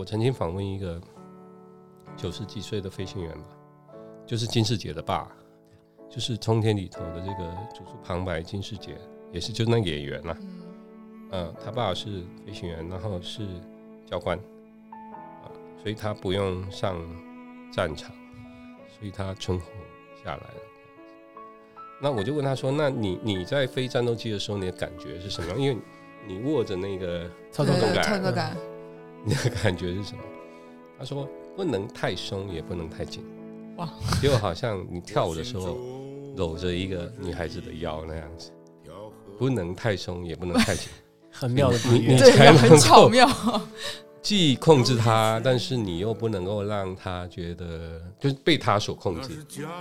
我曾经访问一个90几岁的飞行员吧，就是金士杰的爸，就是《冲天》里头的这个主厨旁白金士杰，也是就是那个演员啦。他爸是飞行员，然后是教官，所以他不用上战场，所以他存活下来了。那我就问他说：“那你在飞战斗机的时候，你的感觉是什么样？因为你握着那个操作杆，你的感觉是什么？”他说：“不能太松，也不能太紧。哇，就好像你跳舞的时候搂着一个女孩子的腰那样子，不能太松，也不能太紧。” 很妙的比喻， 你才能够既控制它，但是你又不能够让它觉得就是被它所控制。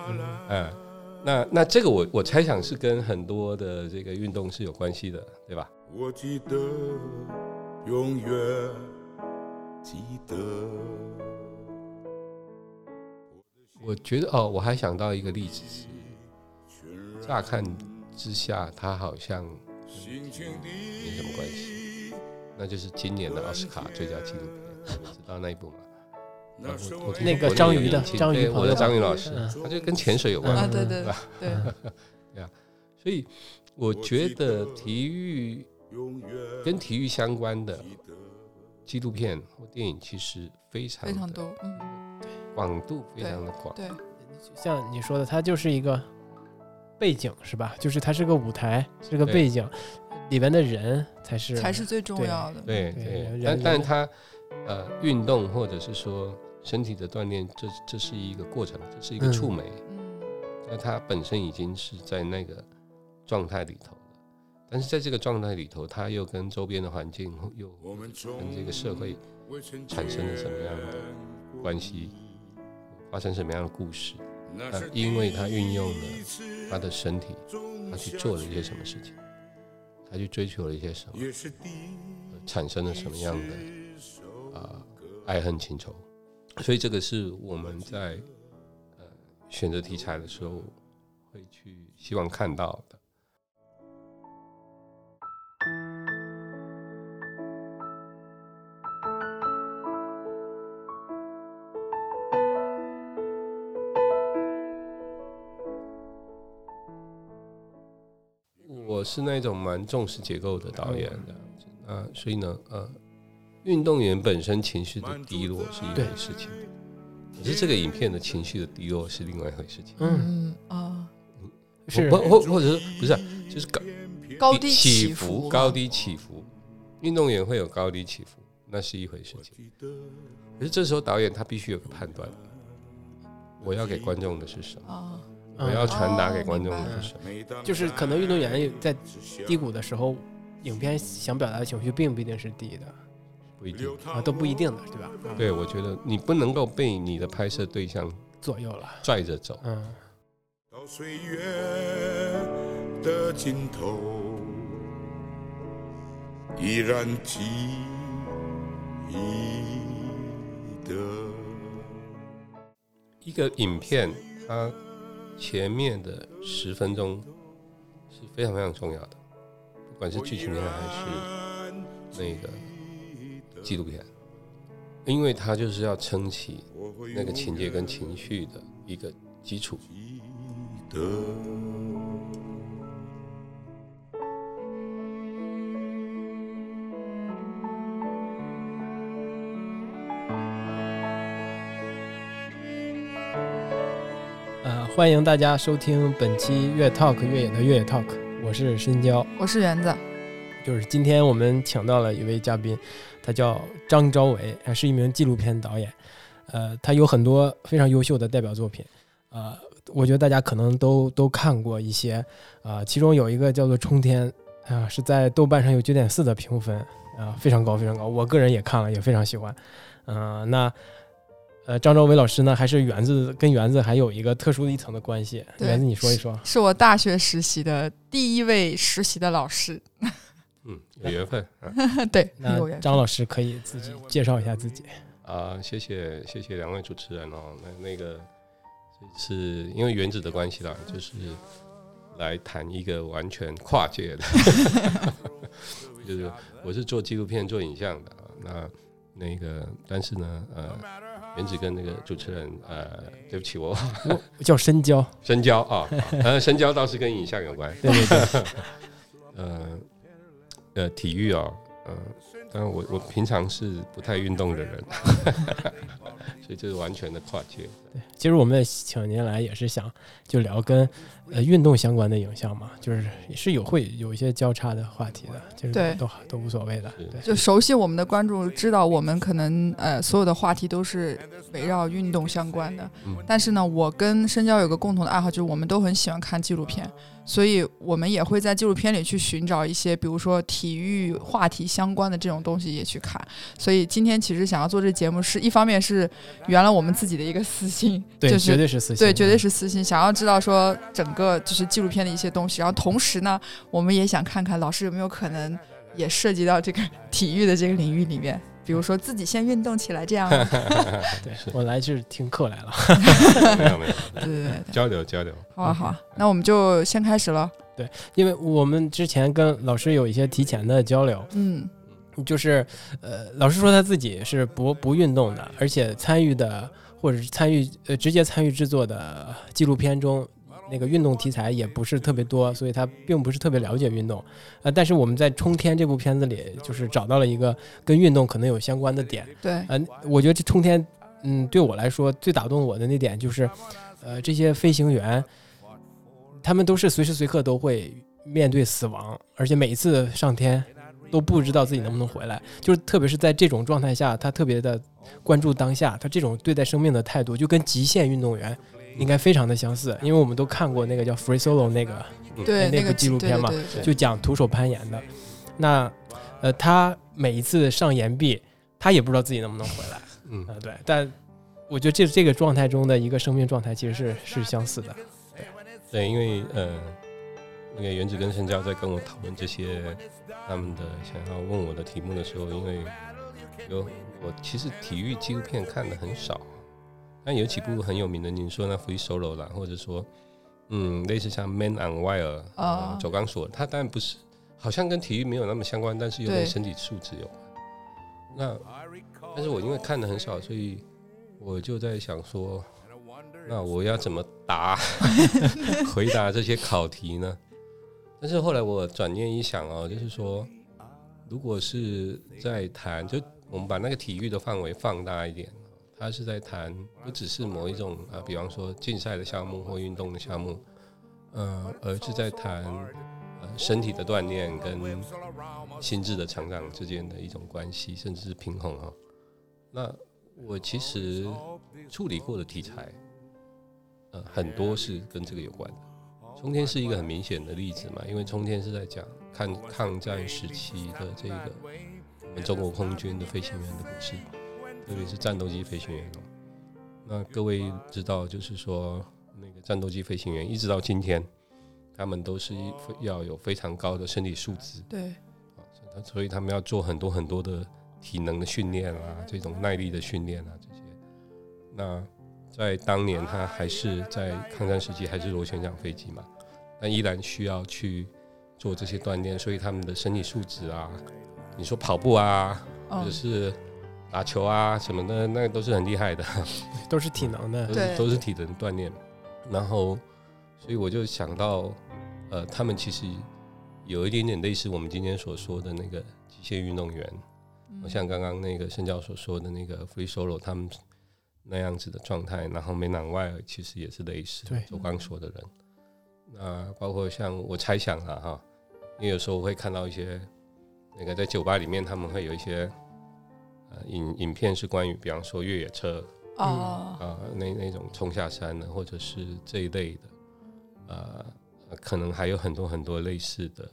那这个我猜想是跟很多的这个运动是有关系的，对吧？我记得，永远记得。我觉得我还想到一个例子是，乍看之下，它好像没什么关系，那就是今年的奥斯卡最佳纪录片，你知道那一部吗？ 那个章鱼的我的章鱼老师，他就跟潜水有关， 对对啊，所以我觉得体育跟体育相关的纪录片或电影其实非常多，广度非常的广。 对， 像你说的，它就是一个背景是吧？就是它是个舞台，是个背景，里边的人才是最重要的。 对，但它运动或者是说身体的锻炼，这是一个过程，这是一个触媒。那它本身已经是在那个状态里头了，但是在这个状态里头，它又跟周边的环境，又跟这个社会产生了什么样的关系，发生什么样的故事？因为他运用了他的身体，他去做了一些什么事情，他去追求了一些什么，产生了什么样的爱恨情仇。所以这个是我们在选择题材的时候会去希望看到的。我是那种蛮重视结构的导演的，所以呢，运动员本身情绪的低落是一回事情，可是这个影片的情绪的低落是另外一回事情。 是或者是不是，就是高低起伏， 高低起伏，运动员会有高低起伏，那是一回事情。可是这时候导演他必须有个判断，我要给观众的是什么？我要传达给观众的是什么？ 就是可能运动员在低谷的时候，影片想表达的情绪并不一定是低的， 不一定都不一定的，对吧？ 对，我觉得你不能够被你的拍摄对象左右了， 拽着走。 到岁月的尽头，依然记得。 一个影片它前面的10分钟是非常非常重要的，不管是剧情片还是那个纪录片，因为它就是要撑起那个情节跟情绪的一个基础。 欢迎大家收听本期越 Talk 越野的越野 Talk， 我是申娇， 我是园子。 就是今天我们请到了一位嘉宾，他叫张昭维，是一名纪录片导演。他有很多非常优秀的代表作品，我觉得大家可能都看过一些，其中有一个叫做《冲天》，是在豆瓣上有9.4的评分，非常高非常高，我个人也看了，也非常喜欢。那张昭维老师呢，还是跟园子还有一个特殊的一层的关系。园子，你说一说。 是我大学实习的第一位实习的老师。 有缘分。 对， 那张老师可以自己介绍一下自己。 谢谢两位主持人哦。那个这次因为园子的关系啦，就是来谈一个完全跨界的，就是我是做纪录片、做影像的。那那个，但是呢，原子跟那个主持人，对不起，我叫深交， 深交啊，深交倒是跟影像有关。 对对对，体育啊，当然我平常是不太运动的人，所以这是完全的跨界。 对，其实我们请您来也是想就聊跟运动相关的影像嘛，就是也是会有一些交叉的话题的，就是对都无所谓的。对， 就熟悉我们的观众知道，我们可能所有的话题都是围绕运动相关的。但是呢，我跟深交有个共同的爱好，就是我们都很喜欢看纪录片，所以我们也会在纪录片里去寻找一些，比如说体育话题相关的这种东西也去看。所以今天其实想要做这节目，是一方面是圆了我们自己的一个私心， 对， 就是绝对是私心， 对，绝对是私心，想要知道说整个就是纪录片的一些东西，然后同时呢，我们也想看看老师有没有可能也涉及到这个体育的这个领域里面，比如说自己先运动起来这样。 对，我来是听课来了。 没有， 对， 交流。 好啊，那我们就先开始了。 对，因为我们之前跟老师有一些提前的交流，就是老师说他自己是不运动的，而且参与的或者是直接参与制作的纪录片中，那个运动题材也不是特别多，所以他并不是特别了解运动。但是我们在《冲天》这部片子里，就是找到了一个跟运动可能有相关的点。 对， 我觉得这《冲天》对我来说最打动我的那点就是，这些飞行员，他们都是随时随刻都会面对死亡，而且每一次上天都不知道自己能不能回来，就是特别是在这种状态下，他特别的关注当下，他这种对待生命的态度就跟极限运动员应该非常的相似，因为我们都看过那个叫 Free Solo 那部纪录片嘛，就讲徒手攀岩的。那他每一次上岩壁，他也不知道自己能不能回来，对，但我觉得这个状态中的一个生命状态其实是相似的。 对，因为那个原子跟深交在跟我讨论这些他们的想要问我的题目的时候，因为我其实体育纪录片看的很少，但有几部很有名的，你说那 Free Solo 啦，或者说类似像 Man on Wire 走钢索，它当然不是，好像跟体育没有那么相关，但是又跟身体素质有关。但是我因为看的很少，所以我就在想说，那我要怎么回答这些考题呢？但是后来我转念一想就是说，如果是在谈，就我们把那个体育的范围放大一点，它是在谈不只是某一种比方说竞赛的项目或运动的项目，而是在谈身体的锻炼跟心智的成长之间的一种关系，甚至是平衡那我其实处理过的题材，很多是跟这个有关的。冲天是一个很明显的例子嘛，因为冲天是在讲抗战时期的这个我们中国空军的飞行员的故事，特别是战斗机飞行员那各位知道，就是说那个战斗机飞行员一直到今天，他们都是要有非常高的身体素质， 对， 所以他们要做很多很多的体能的训练这种耐力的训练这些。那在当年他还是在抗战时期还是螺旋桨飞机嘛，但依然需要去做这些锻炼，所以他们的身体素质你说跑步或者是打球什么的，那个都是很厉害的， 都是体能的， 都是体能锻炼。然后所以我就想到他们其实有一点点类似我们今天所说的那个极限运动员，像刚刚那个深交所说的那个 Free Solo 他们那样子的状态，然后Man on Wire其实也是类似走钢索的人。那包括像我猜想因为有时候我会看到一些那个在酒吧里面他们会有一些影片是关于比方说越野车那种冲下山的，或者是这一类的可能还有很多很多类似的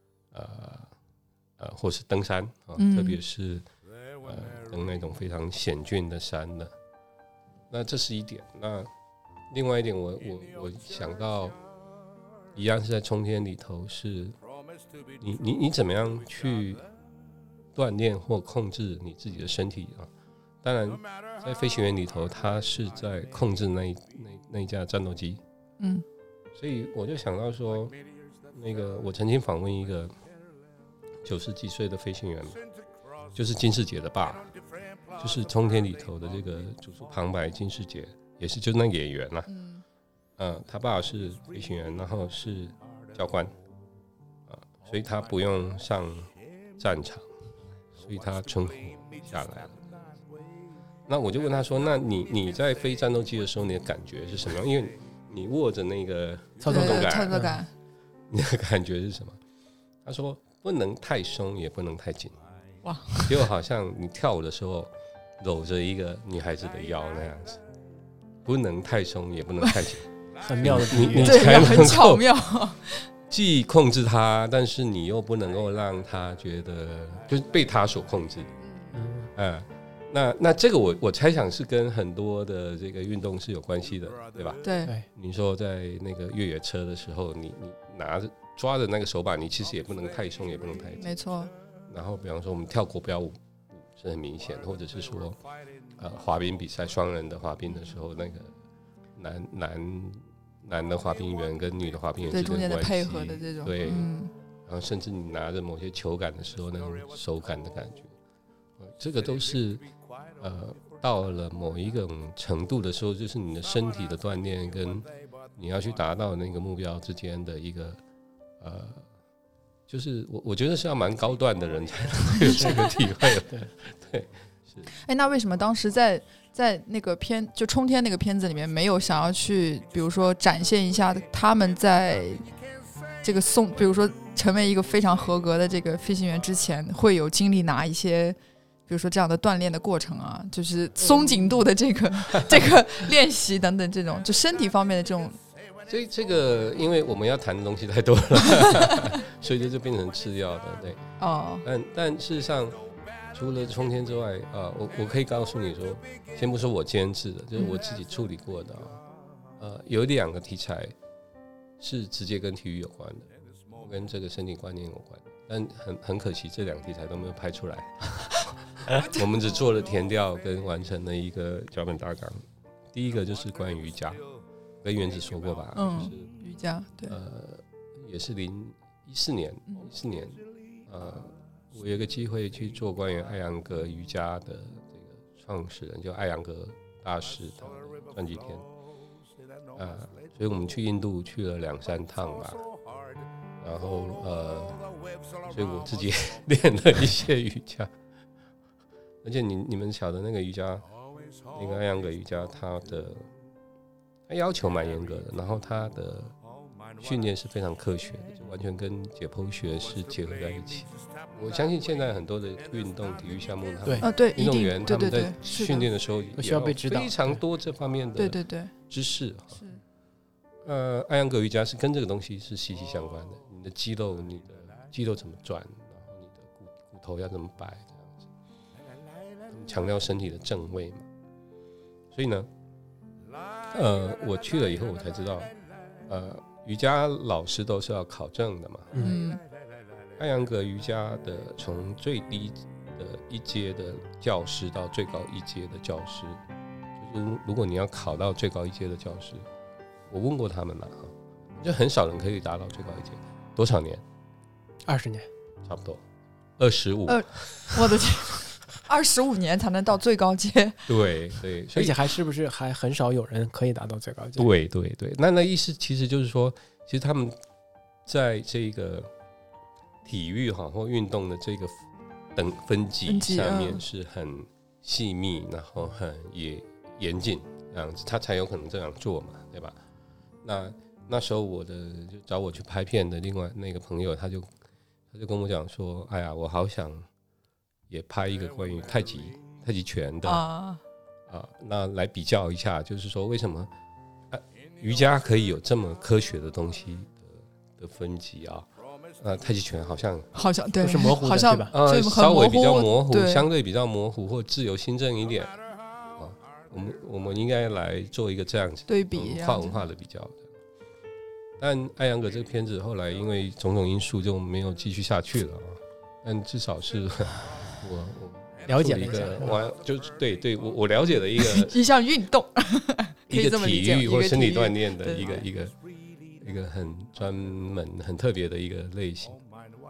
或是登山特别是登那种非常险峻的山的。那这是一点。那另外一点我想到一样是在冲天里头，是你怎么样去锻炼或控制你自己的身体当然在飞行员里头他是在控制那一架战斗机，所以我就想到说，那个我曾经访问一个90几岁的飞行员，就是金士杰的爸， 就是冲天里头的这个主厨旁白金世杰，也是就那演员啦。他爸是飞行员，然后是教官，所以他不用上战场，所以他存活下来了。那我就问他说：“那你在飞战斗机的时候，你的感觉是什么样？因为你握着那个操作感， 你的感觉是什么？”他说：“不能太松，也不能太紧。” 哇！ 就好像你跳舞的时候搂着一个女孩子的腰那样子，不能太松，也不能太紧。 很妙的比喻， 你才能很巧妙。 既控制它，但是你又不能够让它觉得就是被它所控制。那这个我猜想是跟很多的这个运动是有关系的，对吧？ 对。 你说在那个越野车的时候，你拿着抓着那个手把，你其实也不能太松，也不能太紧。 没错。 然后比方说我们跳国标舞是很明显，或者是说滑冰比赛双人的滑冰的时候，那个男的滑冰员跟女的滑冰员之间的关系， 配合的这种， 对，然后甚至你拿着某些球感的时候，那种手感的感觉，这个都是到了某一种程度的时候，就是你的身体的锻炼跟你要去达到那个目标之间的一个就是我觉得是要蛮高段的人才能有这个体会的。对，是。 那为什么当时在那个就冲天那个片子里面没有想要去，比如说展现一下他们在这个比如说成为一个非常合格的这个飞行员之前，会有经历哪一些，比如说这样的锻炼的过程啊，就是松紧度的这个练习等等，这种就身体方面的这种。 这个，因为我们要谈的东西太多了，所以这就变成次要的，对。但事实上，除了冲天之外，我可以告诉你说，先不说我监制的，就是我自己处理过的，有2个题材是直接跟体育有关的，跟这个身体观念有关的，但很可惜，这2个题材都没有拍出来。我们只做了填调跟完成了一个脚本大纲。第一个就是关于瑜伽。跟原子说过吧，就是瑜伽，对， 也是2014年，我有一个机会去做关于艾扬格瑜伽的这个创始人，就艾扬格大师的传记片，所以我们去印度去了2-3趟吧，然后所以我自己练了一些瑜伽，而且你们晓得那个瑜伽，那个艾扬格瑜伽，它要求蛮严格的，然后他的训练是非常科学的，就完全跟解剖学是结合在一起。我相信现在很多的运动体育项目，他们运动员他们在训练的时候也需要被指导， 非常多这方面的知识。艾扬格瑜伽是跟这个东西是息息相关的，你的肌肉怎么转，然后你的骨头要怎么摆，这样子，他们强调身体的正位嘛。所以呢，我去了以后，我才知道，瑜伽老师都是要考证的嘛。艾扬格瑜伽的从最低的一阶的教师到最高一阶的教师，就是如果你要考到最高一阶的教师，我问过他们嘛，就很少人可以达到最高一阶。多少年 ？20年， 差不多25。 我的天！25年才能到最高阶， 对， 而且是不是还很少有人可以达到最高阶？ 对，那意思其实就是说，其实他们在这个体育或运动的这个分级上面是很细密，然后很严谨，这样子他才有可能这样做嘛，对吧？那时候就找我去拍片的另外那个朋友，他就跟我讲说，哎呀，我好想也拍一个关于太极拳的那来比较一下，就是说为什么瑜伽可以有这么科学的东西的分级太极拳好像对， 是模糊的， 好像对吧？ 稍微比较模糊，相对比较模糊或自由心证一点我们应该来做一个这样子对比跨文化的比较。但艾扬格这个片子后来因为种种因素就没有继续下去了但至少是我了解了一下， 就是对我了解了一个一项运动， 一个体育或身体锻炼的一个很专门很特别的一个类型。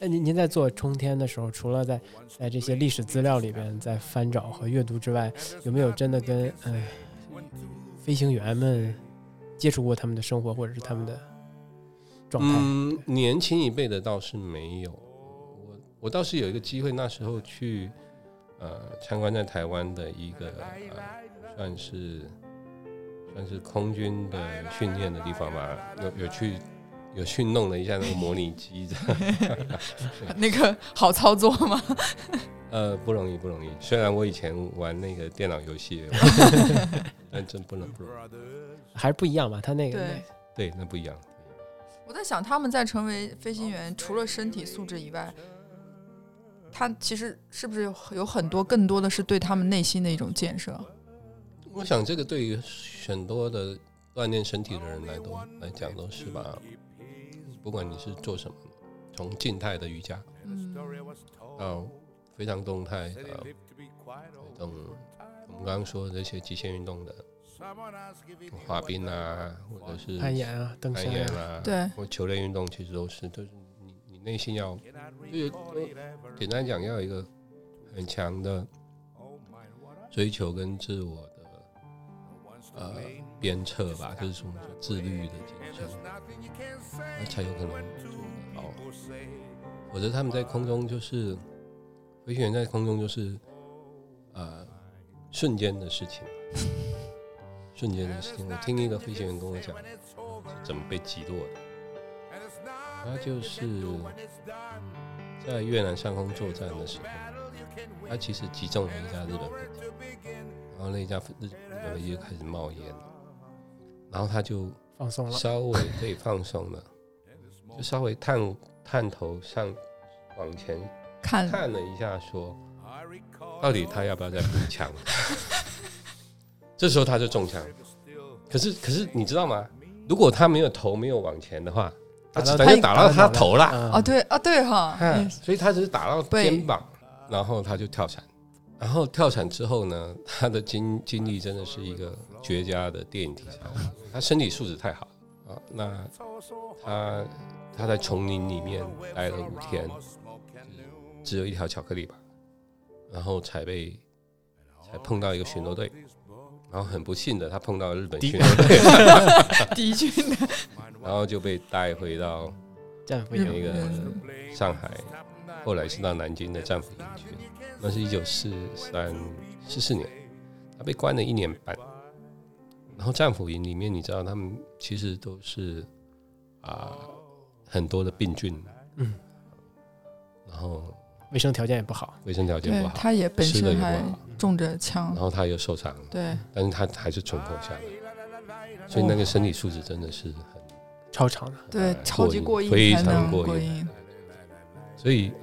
您在做冲天的时候，除了在这些历史资料里边在翻找和阅读之外，有没有真的跟飞行员们接触过他们的生活或者是他们的状态？ 年轻一辈的倒是没有，我倒是有一个机会，那时候去参观在台湾的一个算是空军的训练的地方吧，有去弄了一下那个模拟机那个好操作吗？ 不容易。虽然我以前玩那个电脑游戏，但真不容易， 还是不一样吧？他那个对，那不一样。 我在想，他们在成为飞行员，除了身体素质以外，他其实是不是有很多更多的是对他们内心的一种建设？ 我想这个对于很多的锻炼身体的人来讲都是吧。不管你是做什么，从静态的瑜伽，到非常动态的这种我们刚刚说的这些极限运动的滑冰啊，或者是攀岩啊、登山啊， 对， 或球类运动，其实都是你内心要，简单讲要有一个很强的追求跟自我的鞭策吧，就是我们说自律的精神，那才有可能做得好。否则他们在空中就是飞行员在空中就是瞬间的事情。我听一个飞行员跟我讲是怎么被击落的，他就是在越南上空作战的时候，他其实击中了一架日本飞机，然后那一架日本飞机就开始冒烟了，然后他就放松了， 稍微可以放松了，就稍微探头上往前看了一下，说到底他要不要再补枪？这时候他就中枪。可是你知道吗？如果他没有头没有往前的话，他子弹就打到他头了。 对哈， 所以他只是打到肩膀，然后他就跳伞。然后跳伞之后呢，他的经历真的是一个绝佳的电影题材。他身体素质太好啊，那他在丛林里面待了5天，只有一条巧克力吧，然后才碰到一个巡逻队，然后很不幸的他碰到了日本巡逻队敌军的， 然后就被带回到那个上海，后来是到南京的战俘营去。那是1944年，他被关了1年半。然后战俘营里面，你知道他们其实都是很多的病菌，然后卫生条件也不好， 对，他也本身还中着枪， 然后他又受伤， 对， 但是他还是存活下来，所以那个身体素质真的是很超常的， 对，超级过硬， 非常过硬。所以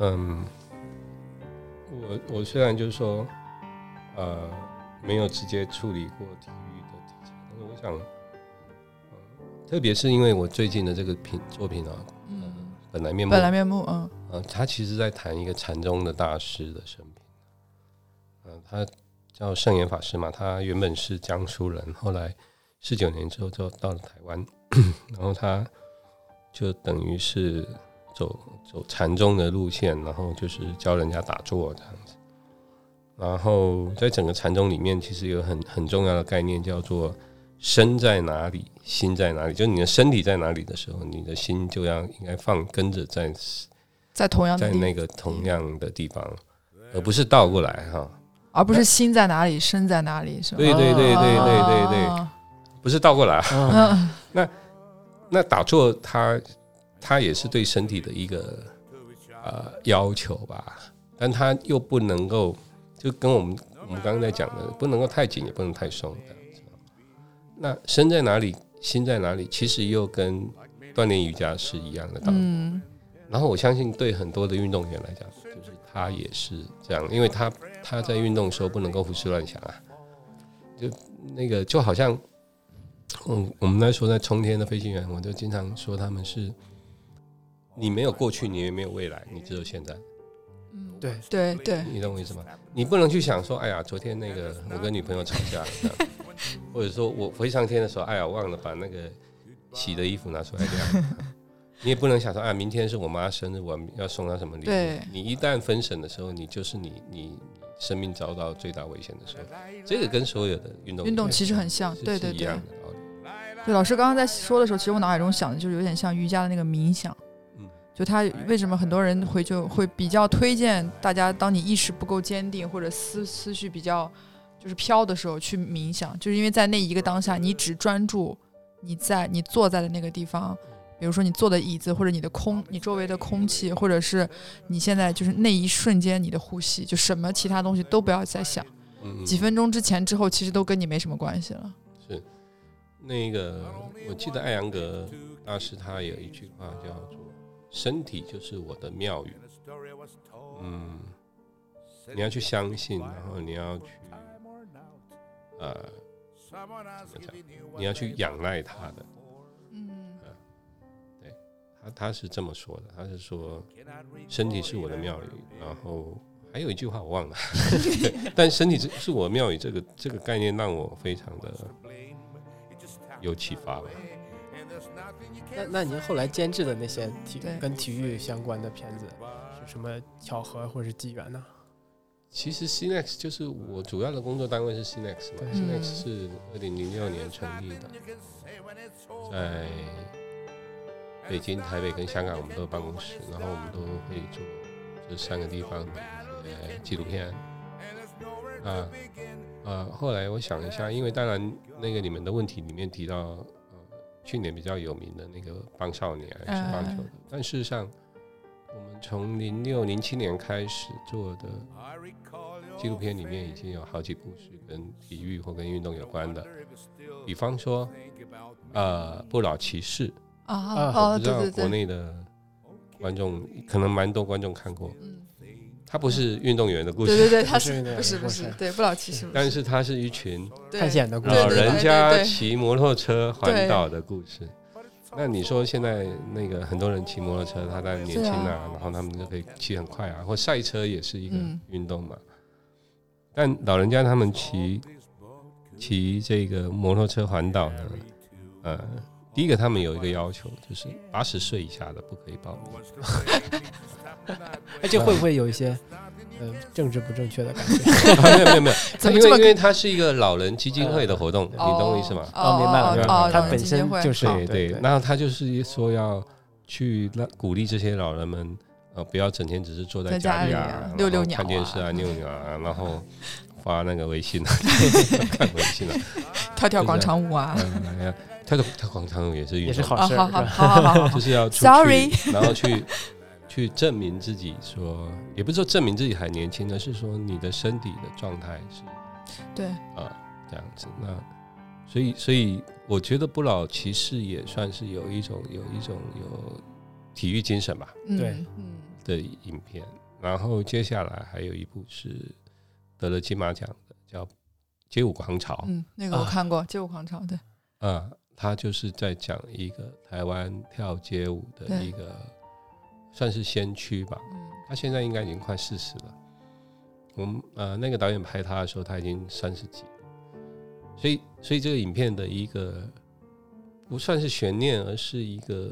我虽然就是说没有直接处理过体育的题材，但是我想特别是因为我最近的这个作品本来面目，他其实在谈一个禅宗的大师的生平，他叫圣严法师嘛，他原本是江苏人，后来19年之后就到了台湾，然后他就等于是走禅宗的路线，然后就是教人家打坐这样子。然后在整个禅宗里面，其实有很重要的概念叫做身在哪里，心在哪里。就你的身体在哪里的时候，你的心就应该跟着在同样的在那个同样的地方，而不是倒过来哈。 而不是心在哪里，身在哪里，是吧？ 对，不是倒过来。那打坐它也是对身体的一个要求吧，但它又不能够就跟我们刚刚在讲的，不能够太紧，也不能太松这样子。那身在哪里，心在哪里，其实又跟锻炼瑜伽是一样的道理。然后我相信对很多的运动员来讲，就是他也是这样，因为他在运动的时候不能够胡思乱想啊，就那个就好像我们在说在冲天的飞行员，我就经常说他们是你没有过去，你也没有未来，你只有现在。 对， 你懂我意思吗？你不能去想说，哎呀，昨天那个我跟女朋友吵架了，或者说我飞上天的时候，哎呀，忘了把那个洗的衣服拿出来晾。 你也不能想说啊，明天是我妈生日，我要送她什么礼物？ 对你一旦分神的时候，你就是你生命遭到最大危险的时候。这个跟所有的运动其实很像，对对对是一样。的道理。 对，老师刚刚在说的时候，其实我脑海中想的就是有点像瑜伽的那个冥想。就他为什么很多人会比较推荐大家，当你意识不够坚定或者思绪比较就是飘的时候去冥想，就是因为在那一个当下，你只专注你坐在的那个地方，比如说你坐的椅子，或者你周围的空气，或者是你现在就是那一瞬间你的呼吸，就什么其他东西都不要再想。几分钟之前之后，其实都跟你没什么关系了。 是那个，我记得艾扬格大师他有一句话叫做身体就是我的庙宇。你要去相信，然后你要去怎么讲？你要去仰赖他的。对，他是这么说的，他是说身体是我的庙宇，然后还有一句话我忘了，但身体是我的庙宇这个概念让我非常的有启发吧。 那您后来监制的那些跟体育相关的片子，是什么巧合或是机缘呢？ 其实 CNEX 就是我主要的工作单位是 CNEX 嘛，CNEX 是2006年成立的，在北京、台北跟香港我们都有办公室，然后我们都会做这3个地方的纪录片。后来我想一下，因为当然那个你们的问题里面提到去年比较有名的那个棒少年是棒球的，但事实上我们从06、07年开始做的纪录片里面已经有好几部是跟体育或跟运动有关的，比方说不老骑士我不知道国内的观众可能蛮多观众看过，他不是运动员的故事， 对，他不是对不老骑士， 但是他是一群探险的故事， 老人家骑摩托车环岛的故事。那你说现在那个很多人骑摩托车，他当然年轻然后他们就可以骑很快或赛车也是一个运动嘛。但老人家他们骑这个摩托车环岛呢，第一个他们有一个要求，就是80岁以下的不可以报名。 这会不会有一些政治不正确的感觉？ 没有，因为它是一个老人基金会的活动，你懂我意思吗？ 明白了，它本身就是对，那他就是说要去鼓励这些老人们，不要整天只是坐在家里遛鸟看电视遛鸟然后发那个微信看微信跳广场舞跳广场舞也是运动， 也是好事， 好， 就是要出去，然后去证明自己，说也不是说证明自己还年轻，而是说你的身体的状态是对这样子。那所以我觉得不老骑士也算是有一种有体育精神吧， 对的影片。然后接下来还有一部是得了金马奖的，叫《街舞狂潮》。 那个我看过，街舞狂潮，对。 他就是在讲一个台湾跳街舞的一个算是先驱吧。他现在应该已经快40了。我们那个导演拍他的时候，他已经30几，所以这个影片的一个不算是悬念，而是一个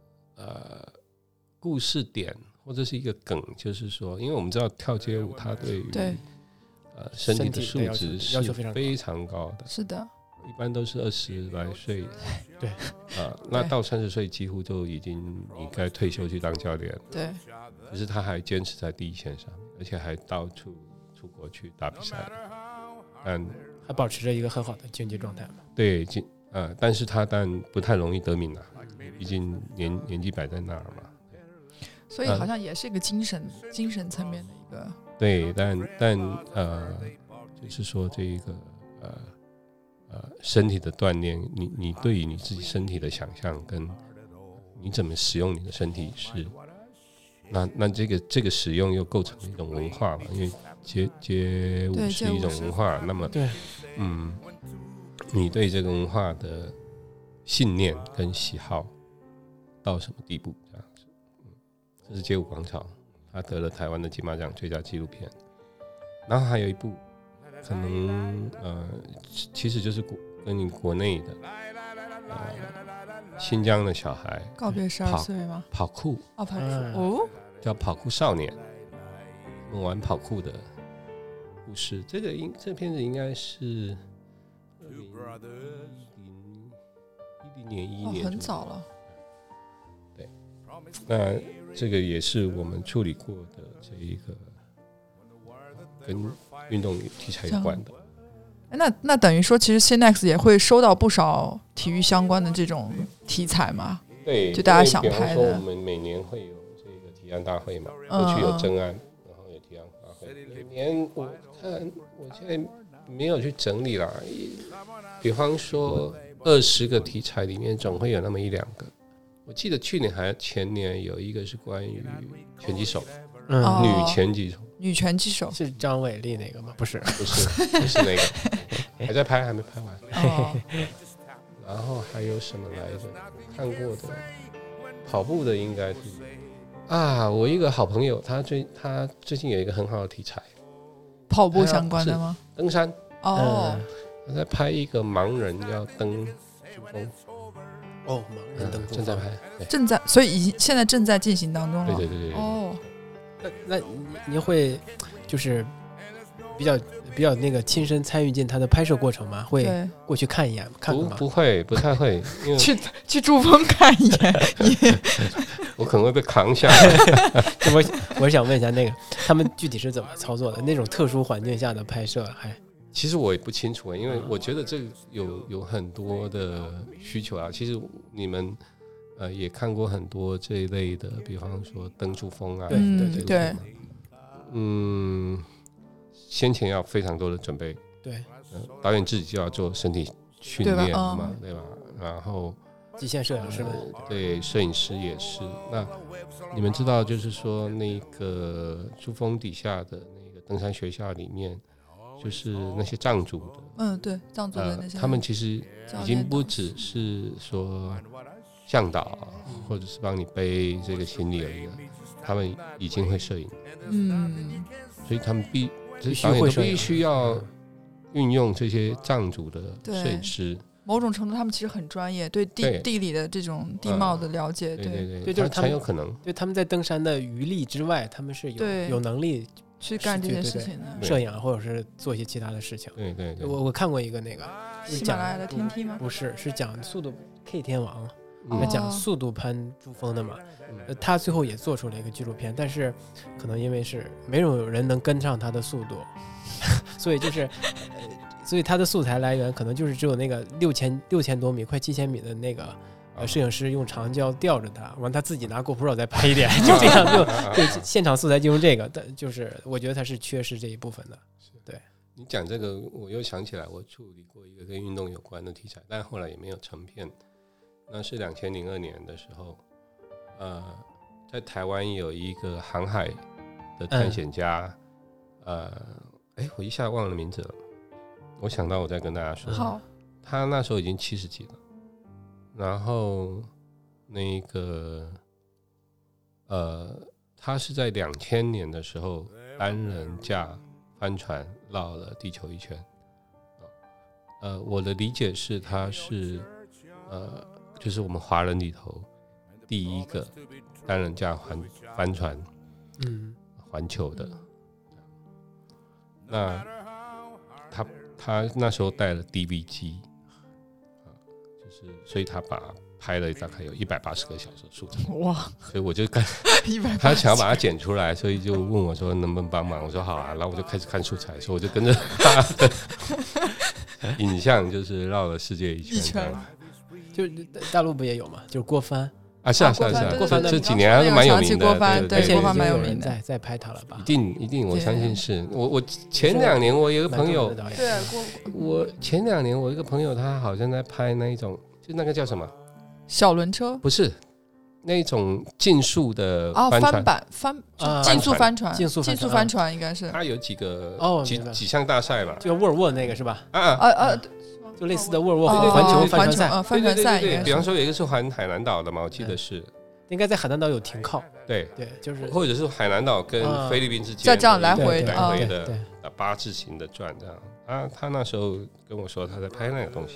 故事点或者是一个梗，就是说，因为我们知道跳街舞，它对于身体的素质是非常高的， 是的， 一般都是20来岁， 对， 那到30岁几乎就已经你该退休去当教练， 对， 可是他还坚持在第一线上，而且还到处出国去打比赛， 还保持着一个很好的竞技状态嘛。 对，但是他不太容易得名了，毕竟年纪摆在那儿嘛。 所以好像也是一个精神层面的一个。 对，但就是说这一个身体的锻炼，你对于你自己身体的想象，跟你怎么使用你的身体是，那这个使用又构成了一种文化嘛，因为街舞是一种文化，那么对， 你对这个文化的信念跟喜好到什么地步？这样子，这是街舞广场，他得了台湾的金马奖最佳纪录片。然后还有一部，可能其实就是跟你国内的新疆的小孩告别12岁吗？ 跑酷， 跑酷哦， 叫跑酷少年，我们玩跑酷的故事。这片子应该是2010年11年， 很早了。 对，那这个也是我们处理过的这一个跟运动题材有关的。 那等于说，其实 CNEX 也会收到不少体育相关的这种题材嘛？ 对， 就大家想拍的。 比方说我们每年会有这个提案大会嘛，过去有征案，然后有提案大会。每年我现在没有去整理啦，比方说20个题材里面总会有那么1-2个。我记得去年还前年有一个是关于拳击手，女拳击手。 女拳击手是张伟丽那个吗？不是那个，还在拍，还没拍完。然后还有什么来着？看过的跑步的应该是我一个好朋友，他最近有一个很好的题材， 跑步相关的吗？ 登山。 他在拍一个盲人要登珠峰。 盲人登珠峰正在拍， 所以现在正在进行当中了。 对。 那您会就是比较那个亲身参与进他的拍摄过程吗？会过去看一眼看吗？ 不会，不太会。因为去珠峰看一眼， 我可能会被扛下来。 我想问一下，那个他们具体是怎么操作的？那种特殊环境下的拍摄其实我也不清楚，因为我觉得这个有很多的需求啊。其实你们也看过很多这一类的，比方说登珠峰啊， 对， 先前要非常多的准备， 对， 导演自己就要做身体训练嘛，对吧？然后极限摄影师们， 对，摄影师也是。那你们知道，就是说那个珠峰底下的那个登山学校里面，就是那些藏族的， 对，藏族的那些， 他们其实已经不只是说向导或者是帮你背这个行李而已，他们已经会摄影，所以他们必须要运用这些藏族的摄影师。 某种程度，他们其实很专业，对地理的这种地貌的了解， 对， 就是才有可能。 对，他们在登山的余力之外，他们是有能力去干这件事情的， 摄影或者是做一些其他的事情。 对， 我看过一个那个喜马拉雅的天梯吗？ 不是，是讲速度 K 天王。讲速度攀珠峰的嘛，他最后也做出了一个纪录片，但是可能因为是没有人能跟上他的速度，所以他的素材来源可能就是只有那个6000多米快7000米的那个摄影师用长焦吊着他，完他自己拿 GoPro 再拍一点，就这样就现场素材就用这个，但就是我觉得他是缺失这一部分的。对， 你讲这个我又想起来，我处理过一个跟运动有关的题材，但后来也没有成片。那是2002年的时候，在台湾有一个航海的探险家，我一下忘了名字了，我想到我再跟大家说。 好， 他那时候已经70几了，然后那个他是在2000年的时候单人驾帆船绕了地球一圈。我的理解是他是就是我们华人里头第一个单人驾帆船环球的。那他那时候带了 DV 机，就是所以他拍了大概有180个小时的素材。 哇！ 所以我就他想要把它剪出来，所以就问我说能不能帮忙。我说好啊，然后我就开始看素材，所以我就跟着他的影像，就是绕了世界一圈。 就大陆不也有嘛？就是郭帆啊，是啊， 郭帆这几年还是蛮有名的。 郭帆， 对， 郭帆蛮有名的。 在拍他了吧？ 一定，我相信是。我前2年我有一个朋友， 对， 我前2年我一个朋友，他好像在拍那一种，就那个叫什么小轮车？ 不是，那种竞速的竞速帆船， 竞速帆船应该是。 它有几个几项大赛嘛？ 就沃尔沃那个是吧？就类似的沃尔沃环球帆船赛， 帆船赛。 对，比方说有一个是环海南岛的嘛，我记得是。 应该在海南岛有停靠。 对， 就是或者是海南岛跟菲律宾之间这样来回的8字形的转这样。他那时候跟我说他在拍那个东西。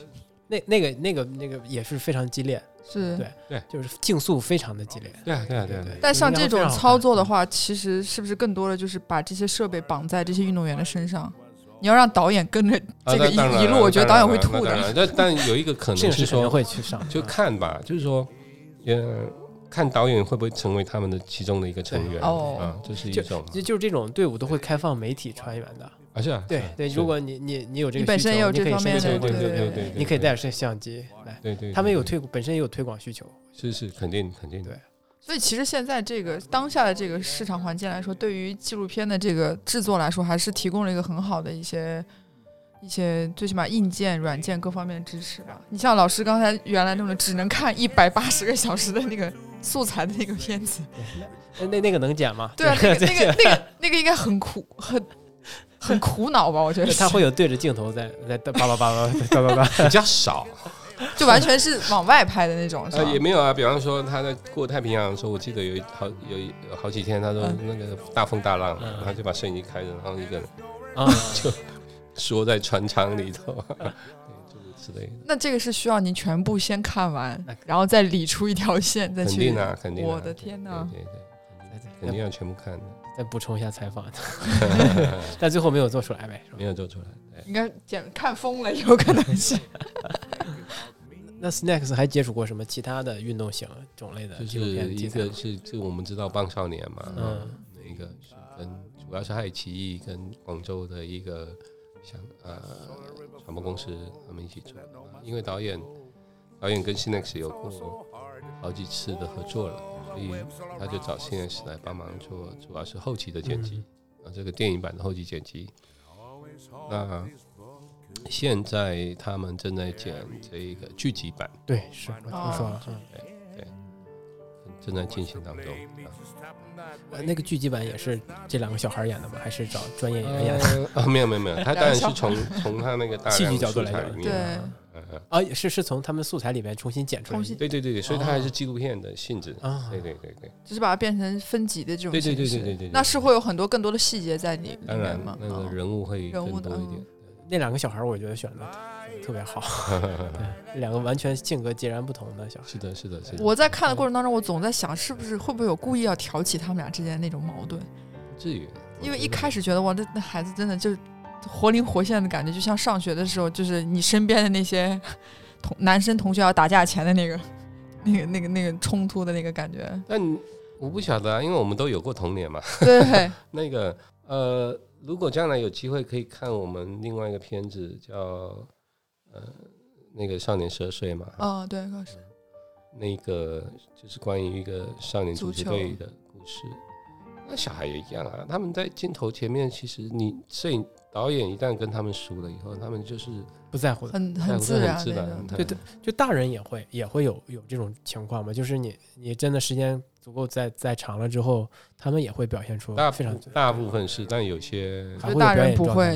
那个也是非常激烈， 是对，就是竞速非常的激烈。 对啊。 但像这种操作的话，其实是不是更多的就是把这些设备绑在这些运动员的身上？你要让导演跟着这个一路，我觉得导演会吐的。 但有一个可能是说会去上， 就看吧，就是说，看导演会不会成为他们的其中的一个成员这是一种， 就是这种队伍都会开放媒体船员的。 是啊， 对，如果你有这个需求， 你本身也有这方面的， 对， 你可以带着相机来， 对， 他们本身也有推广需求， 是肯定对。 所以其实现在这个当下的这个市场环境来说，对于纪录片的这个制作来说，还是提供了一个很好的一些最起码硬件、软件各方面的支持吧。你像老师刚才原来那种只能看180个小时的那个素材的那个片子， 那个能剪吗？ 对啊，那个应该很苦恼吧？我觉得他会有对着镜头在叭， 比较少。 就完全是往外拍的那种， 也没有啊。比方说他在过太平洋的时候，我记得有好几天，他说那个大风大浪，他就把摄影机开着，然后一个人就缩在船舱里头，之类的。 那这个是需要你全部先看完，然后再理出一条线，再去。 肯定啊！ 我的天哪！ 对，肯定要全部看的。 再补充一下采访，但最后没有做出来呗？ 没有做出来， 应该看疯了，有可能是。 那 Snacks 还接触过什么其他的运动型种类的纪录片？ 一个是就我们知道棒少年嘛，那个是主要是爱奇艺跟广州的一个传播公司他们一起做的，因为导演跟 Snacks 有过好几次的合作了，所以他就找 Snacks 来帮忙做，主要是后期的剪辑，这个电影版的后期剪辑。那现在他们正在剪这个剧集版， 对，是我听说了， 对，正在进行当中。 那个剧集版也是这2个小孩演的吗？还是找专业演员演的？ 没有，他当然是从他那个大量戏剧角度来讲， 对， 是从他们素材里面重新剪出来的， 对，所以它还是纪录片的性质，对， 只是把它变成分级的这种形式， 对， 那是会有很多更多的细节在里面吗？ 那个人物会更多一点。 那2个小孩我觉得选的特别好，对，2个完全性格截然不同的小孩。 是的。 我在看的过程当中，我总在想，会不会有故意要挑起他们俩之间那种矛盾？ 不至于， 因为一开始觉得哇，那孩子真的就是活灵活现的感觉，就像上学的时候，就是你身边的那些男生同学要打架前的那个冲突的那个感觉。 但我不晓得啊，因为我们都有过童年嘛。 对， 那个如果将来有机会可以看我们另外一个片子叫那个少年12岁嘛。 对， 那个就是关于一个少年足球队的故事。那小孩也一样啊，他们在镜头前面，其实你摄影导演一旦跟他们熟了以后，他们就是不在乎， 很自然。 对，就大人也会有这种情况嘛，就是你真的时间足够在长了之后，他们也会表现出非常大部分是，但有些大人不会，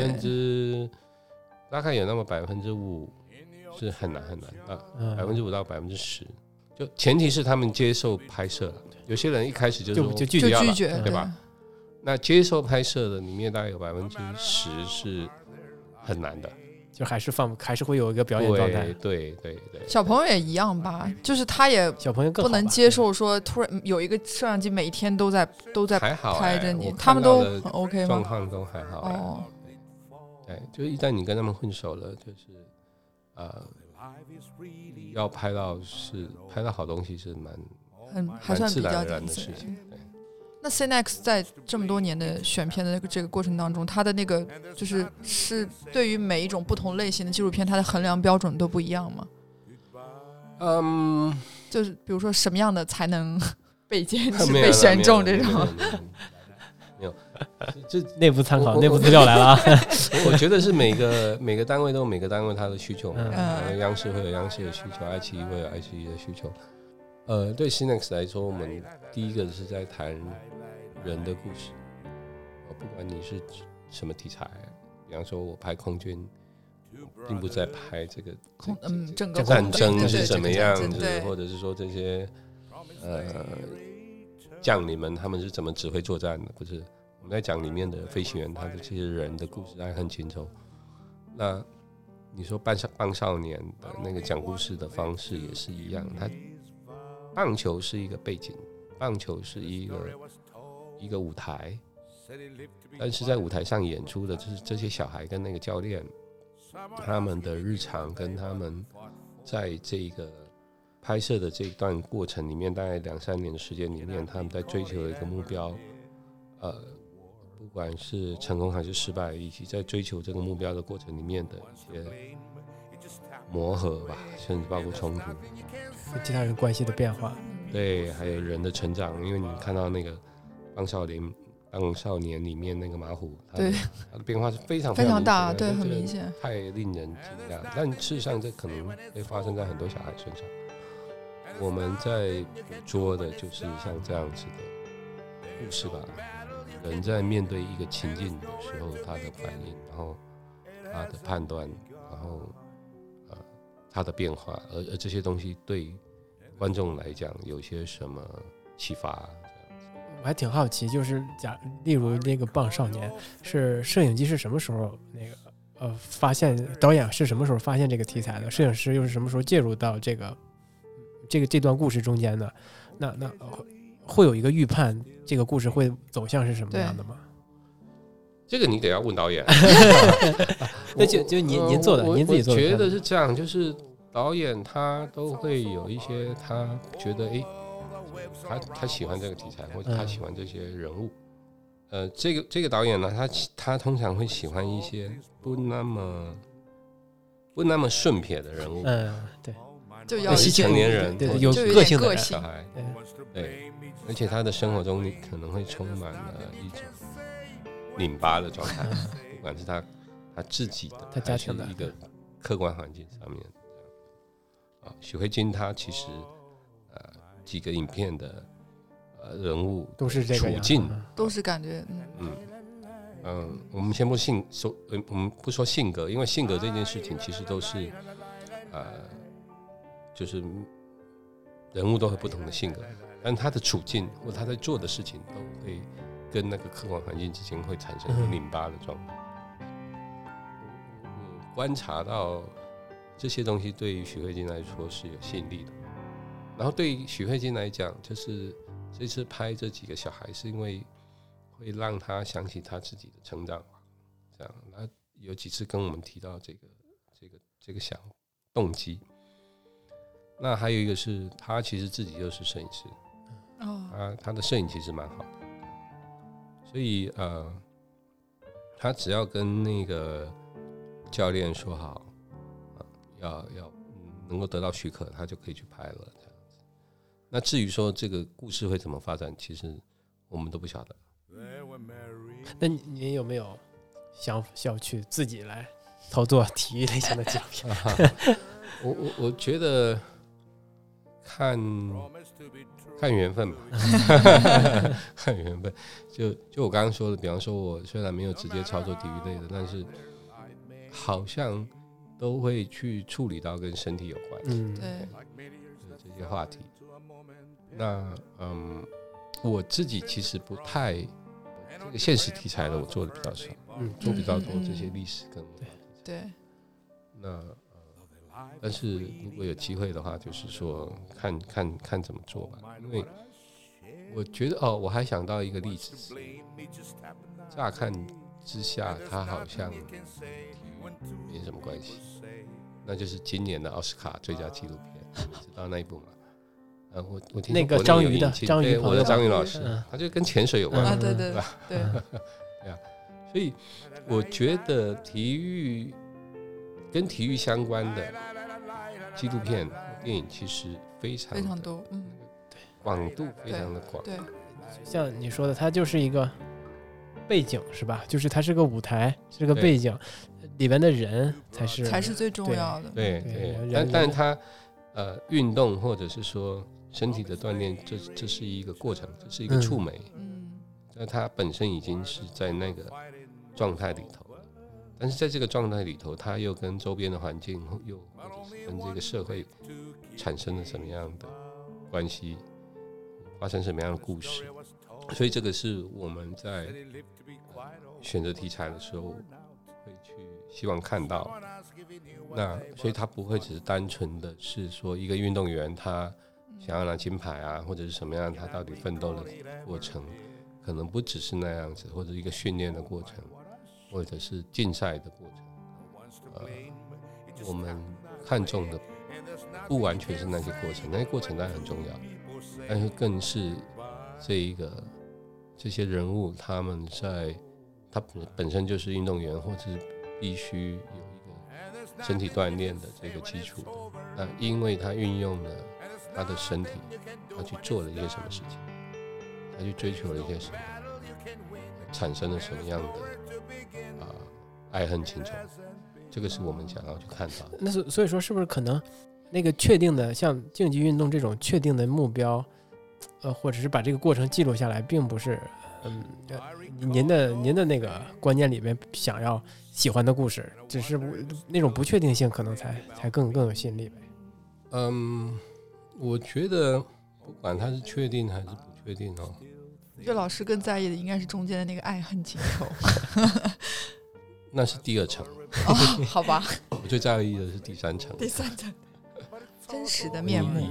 大概有那么5%是很难的，5%到10%，就前提是他们接受拍摄了。有些人一开始就拒绝，对吧？那接受拍摄的里面大概有10%是很难的， 就还是会有一个表演状态。 对。 小朋友也一样吧，就是他也小朋友更不能接受说突然有一个摄像机每一天都在拍着你，他们都很 OK 吗？ 状况都还好。对，就是一旦你跟他们混熟了，就是要拍到好东西是还算比较自然的事情。 那 Cinex 在这么多年的选片的这个过程当中，它的那个是对于每一种不同类型的纪录片，它的衡量标准都不一样吗？就是比如说什么样的才能被坚持、被选中这种？ 没有，这内部参考、内部资料来了啊！ 我觉得是每个单位都有每个单位它的需求，央视会有央视的需求，爱奇艺会有爱奇艺的需求。对 Cinex 来说，我们第一个是在谈人的故事，不管你是什么题材，比方说我拍空军，并不在拍这个整个战争是怎么样子，或者是说这些将领们他们是怎么指挥作战的，不是我们在讲里面的飞行员他的这些人的故事还很清楚。那你说棒少年的那个讲故事的方式也是一样，他棒球是一个背景，棒球是一个舞台，但是在舞台上演出的就是这些小孩跟那个教练他们的日常，跟他们在这个拍摄的这一段过程里面，大概2-3年的时间里面，他们在追求的一个目标，不管是成功还是失败，以及在追求这个目标的过程里面的一些磨合吧，甚至包括衝突， 跟其他人关系的变化， 对，还有人的成长。因为你看到那个棒少年里面那个马虎，他的变化是非常非常大，对，很明显， 太令人惊讶。但事实上，这可能会发生在很多小孩身上。我们在捕捉的就是像这样子的故事吧。人在面对一个情境的时候，他的反应，然后他的判断，然后他的变化，而这些东西对观众来讲有些什么启发？ 我还挺好奇，就是例如那个棒少年，是摄影机是什么时候那个发现，导演是什么时候发现这个题材的？摄影师又是什么时候介入到这段故事中间的？那会有一个预判，这个故事会走向是什么样的吗？ 这个你得要问导演。 那就您做的，您自己做的。 我觉得是这样，就是导演他都会有一些他觉得他喜欢这个题材，或者他喜欢这些人物。这个导演呢，他通常会喜欢一些不那么顺撇的人物。 对， 就要成年人， 对，有个性的小孩，对，而且他的生活中你可能会充满了一种拧巴的状态，不管是他自己的， 他家庭的一个客观环境上面。许慧金他其实几个影片的人物都是这个处境， 都是感觉， 我们先我们不说性格，因为性格这件事情其实都是就是人物都会不同的性格，但他的处境或他在做的事情都会跟那个客观环境之间会产生一个拧巴的状态。我观察到这些东西对于许慧金来说是有吸引力的，然后对于许慧金来讲，就是这次拍这几个小孩是因为会让他想起他自己的成长吧，这样他有几次跟我们提到这个想动机。那还有一个是他其实自己就是摄影师，他的摄影其实蛮好的，所以他只要跟那个教练说好，要能够得到许可，他就可以去拍了这样子。那至于说这个故事会怎么发展，其实我们都不晓得。 那您有没有想去自己来操作体育类型的纪录片？ 我觉得看缘分吧，看缘分。就我刚刚说的，比方说我虽然没有直接操作体育类的，但是好像都会去处理到跟身体有关， 对， 这些话题。那我自己其实不太这个现实题材的，我做的比较少，做比较多这些历史跟对。 那但是如果有机会的话，就是说看怎么做吧。因为我觉得我还想到一个例子，乍看之下它好像没什么关系，那就是今年的奥斯卡最佳纪录片，你知道那一部吗？我听那个章鱼的我的章鱼老师，他就跟潜水有关， 对对吧？对啊，所以我觉得跟体育相关的纪录片、电影其实非常多， 广度非常的广。 对， 像你说的，它就是一个背景，是吧？就是它是个舞台，是个背景，里面的人才是最重要的。 对，但它运动或者是说身体的锻炼，这是一个过程，这是一个触媒。那它本身已经是在那个状态里头了，但是在这个状态里头，它又跟周边的环境，又或者是跟这个社会产生了什么样的关系，发生什么样的故事，所以这个是我们在选择题材的时候会去希望看到， 那所以他不会只是单纯的是说一个运动员他想要拿金牌啊，或者是什么样，他到底奋斗的过程可能不只是那样子，或者一个训练的过程，或者是竞赛的过程。我们看重的不完全是那些过程，那些过程当然很重要，但是更是这些人物他本身就是运动员，或者是必须有一个身体锻炼的这个基础的。那因为他运用了他的身体，他去做了一些什么事情，他去追求了一些什么，产生了什么样的爱恨情仇，这个是我们想要去看到的。 那所以说，是不是可能那个确定的像竞技运动这种确定的目标，或者是把这个过程记录下来，并不是您的那个观念里面想要喜欢的故事，只是那种不确定性可能才更有吸引力呗。 我觉得不管它是确定还是不确定哦， 岳老师更在意的应该是中间的那个爱恨情仇。 那是第二层。 哦，好吧。 我最在意的是第三层。 第三层，真实的面目。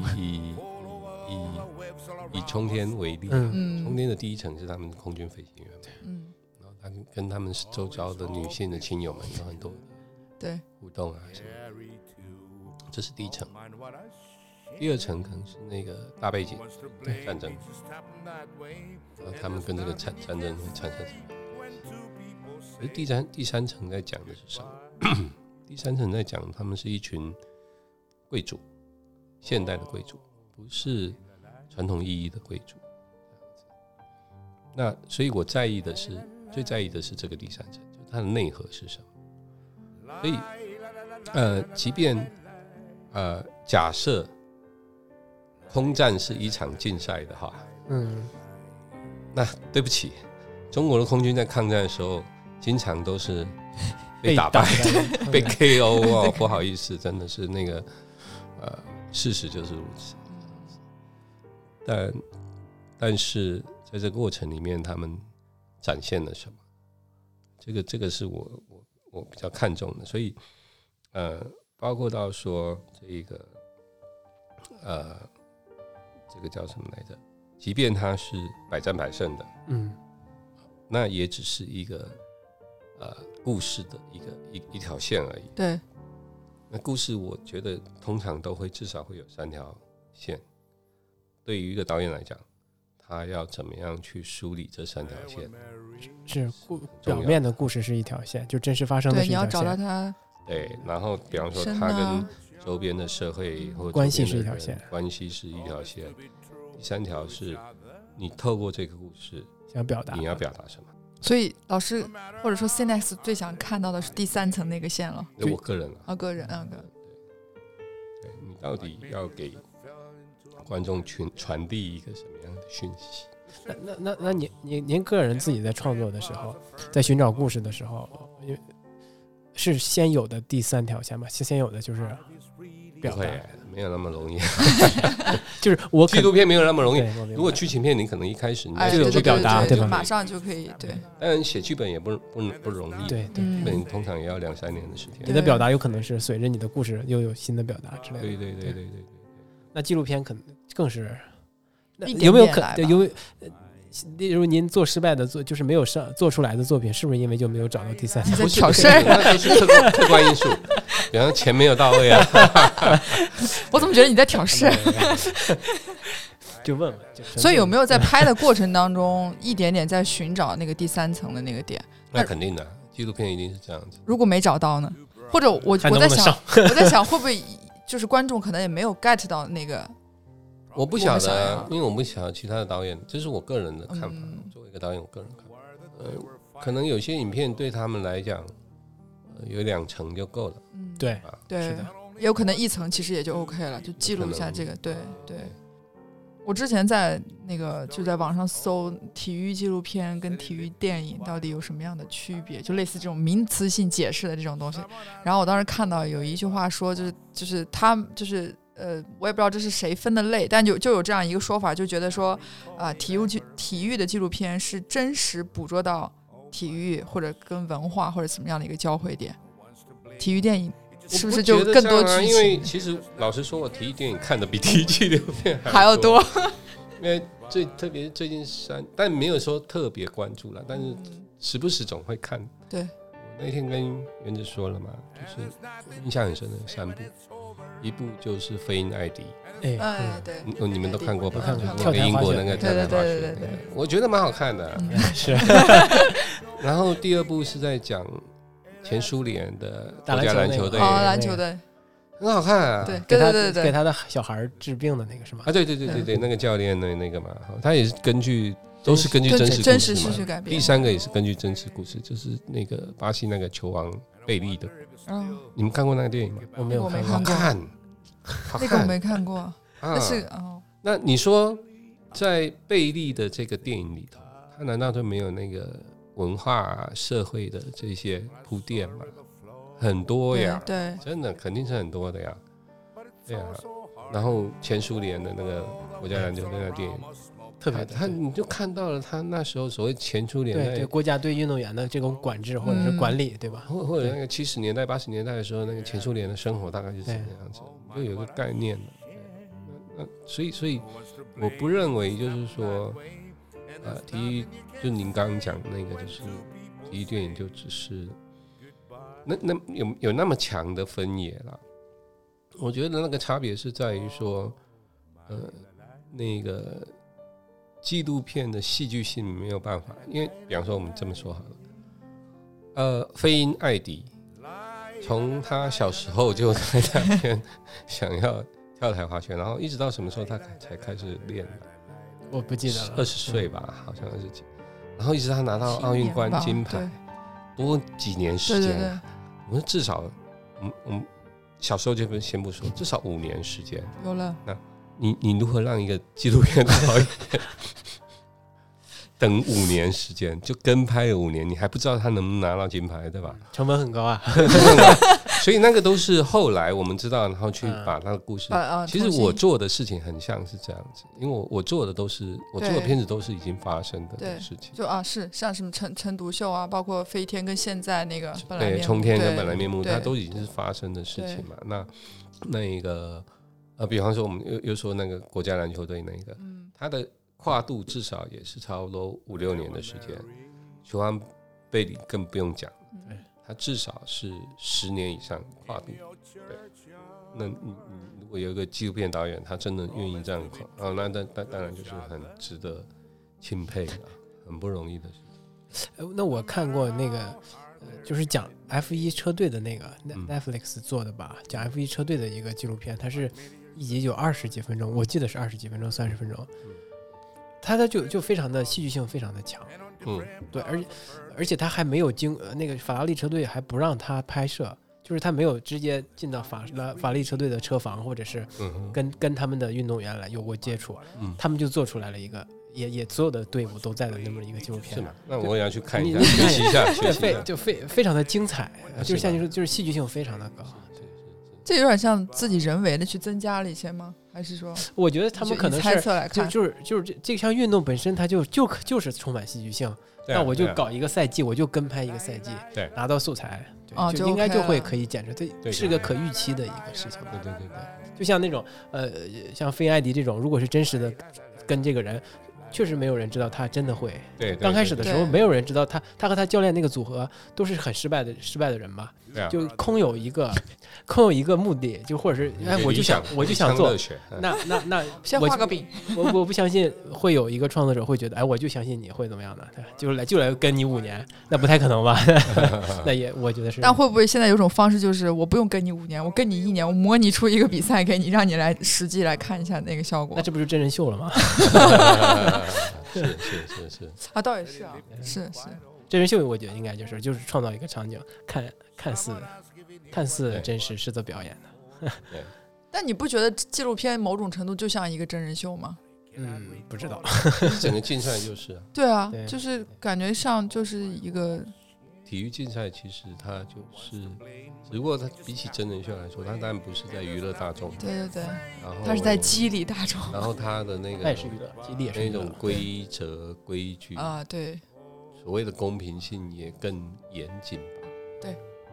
以冲天为例，冲天的第一层是他们的空军飞行员，然后他跟他们周遭的女性的亲友们有很多对互动啊什么，这是第一层。第二层可能是那个大背景战争，然后他们跟这个战争会产生什么？而第三层在讲的是什么？第三层在讲他们是一群贵族，现代的贵族，不是传统意义的贵族。那所以我最在意的是这个第三层，就是它的内核是什么。所以即便假设空战是一场竞赛的话，那对不起，中国的空军在抗战的时候经常都是被打败的，被 KO 哦，不好意思，真的是那个事实就是如此。但是在这个过程里面，他们展现了什么？这个是我比较看重的，所以包括到说这个叫什么来着？即便他是百战百胜的，那也只是一个故事的一条线而已。 对， 那故事我觉得通常都会至少会有3条线。对于一个导演来讲，他要怎么样去梳理这3条线？ 是表面的故事是一条线，就真实发生的是一条线。 对，你要找到它。 对，然后比方说他跟周边的社会或者关系是一条线， 关系是一条线。第3条是你透过这个故事想表达， 你要表达什么？ 所以老师或者说 CNEX 最想看到的是第3层那个线了。 我个人啊， 个人对，你到底要给观众传递一个什么样的讯息？ 那您个人自己在创作的时候，在寻找故事的时候，是先有的第3条线吗？先有的就是表达， 没有那么容易。 就是我纪录片没有那么容易。如果剧情片，你可能一开始你就有个表达，对吧？ 马上就可以。对， 当然写剧本也不容易。 对， 剧本通常也要2-3年的时间。 你的表达有可能是随着你的故事又有新的表达之类的。 对。 那纪录片可能更是，有没有例如您做失败的就是没有做出来的作品，是不是因为就没有找到第3条？ 不是挑事儿， 那都是客观因素，比方说钱没有到位啊。 我怎么觉得你在挑事儿？ 就问问。 所以有没有在拍的过程当中，一点点在寻找那个第3层的那个点？ 那肯定的，纪录片一定是这样子。 如果没找到呢？或者我在想会不会就是观众可能也没有 get 到那个？ 我不晓得，因为我不晓得其他的导演，这是我个人的看法。作为一个导演，我个人看法，可能有些影片对他们来讲，有2层就够了。 对， 是的，也有可能1层其实也就 OK 了，就记录一下这个。对。我之前在就在网上搜体育纪录片跟体育电影到底有什么样的区别，就类似这种名词性解释的这种东西。然后我当时看到有一句话说，就是他就是我也不知道这是谁分的类，但就有这样一个说法，就觉得说体育的纪录片是真实捕捉到体育或者跟文化或者怎么样的一个交汇点，体育电影是不是就更多剧情？ 因为其实老实说，我体育电影看的比体育纪录片还要多。 因为特别最近但没有说特别关注了，但是时不时总会看。 对， 我那天跟原子说了嘛，就是印象很深的3部，一部就是《飞鹰艾迪》。 对， 你们都看过吧？ 看过那个英国那个跳台滑雪， 对， 我觉得蛮好看的。 是。 然后第2部是在讲前苏联的国家篮球队， 篮球队很好看啊。 对， 给他的小孩治病的那个是吗？ 对，那个教练的那个嘛，他也是都是根据真实事实改编。 第3个也是根据真实故事，就是那个巴西那个球王贝利的。你们看过那个电影吗？ 我没有看过。 好看。 那个我没看过，但是那你说在贝利的这个电影里头，他难道就没有那个文化社会的这些铺垫吗？很多呀， 对， 真的肯定是很多的呀，对呀。然后前苏联的那个国家篮球队的电影， 特别你就看到了他那时候所谓前苏联对国家对运动员的这种管制或者是管理，对吧？ 或者那个70年代、80年代的时候，那个前苏联的生活大概是什么样子，就有个概念了。所以我不认为就是说，体育就您刚刚讲的那个，就是体育电影就只是那有那么强的分野啦。我觉得那个差别是在于说，那个纪录片的戏剧性没有办法，因为比方说我们这么说好了，飞鹰艾迪从他小时候就在那边想要跳台滑雪，然后一直到什么时候他才开始练的？ 我不记得了 ，20岁吧，好像20几，然后一直他拿到奥运冠金牌，多几年时间。对，我说至少，我们小时候就先不说，至少5年时间有了。 那你如何让一个纪录片导演等5年时间，就跟拍了5年，你还不知道他能不能拿到金牌，对吧？ 成本很高啊。 所以那个都是后来我们知道，然后去把那个故事。其实我做的事情很像是这样子，因为我做的片子都是已经发生的事情。 是像什么陈独秀啊，包括飞天跟现在那个本来面目， 冲天跟本来面目，它都已经是发生的事情嘛。那个比方说我们又说那个国家篮球队那个，它的跨度至少也是差不多5-6年的时间。球王贝里更不用讲。他至少是10年以上跨度，对。那如果有一个纪录片导演，他真的愿意这样跨，那当然就是很值得钦佩的，很不容易的事情。那我看过那个，就是讲 F1 车队的那个 Netflix 做的吧，讲 F1 车队的一个纪录片，它是一集就20几分钟，我记得是20几分钟、30分钟，它就非常的戏剧性，非常的强。对，而且他还没有那个法拉利车队还不让他拍摄，就是他没有直接进到法拉利车队的车房，或者是跟他们的运动员有过接触，他们就做出来了一个也所有的队伍都在的那么一个纪录片。 是吗？那我也要去看一下，学习一下， 就非常的精彩，就是像你说，就是戏剧性非常的高。 这有点像自己人为的去增加了一些吗？还是说？ 我觉得他们可能是猜测来看， 就是这个项运动本身它就是充满戏剧性。那我就搞一个赛季，我就跟拍一个赛季， 对， 拿到素材， 就应该就会可以剪出，这是个可预期的一个事情。 对， 就像那种像飞艾迪这种，如果是真实的跟这个人，确实没有人知道他真的会。 对， 刚开始的时候没有人知道他和他教练那个组合都是很失败的人吧。就空有一个目的，就或者是我就想做，那先画个饼， 我不相信会有一个创作者会觉得，我就相信你会怎么样的，就来跟你5年，那不太可能吧？那也我觉得是。 但会不会现在有种方式，就是我不用跟你5年，我跟你1年，我模拟出一个比赛给你，让你来实际来看一下那个效果？ 那这不就真人秀了吗？ 是啊，倒也是啊，是真人秀，我觉得应该就是创造一个场景，看似真实，实则表演的。 但你不觉得纪录片某种程度就像一个真人秀吗？ 不知道。 整个竞赛就是对啊，就是感觉上就是一个体育竞赛，其实它就是，只不过它比起真人秀来说，它当然不是在娱乐大众， 对， 然后它是在激励大众， 然后它的那个也是娱乐，激励也是那种规则规矩啊，对， 所谓的公平性也更严谨吧。 对，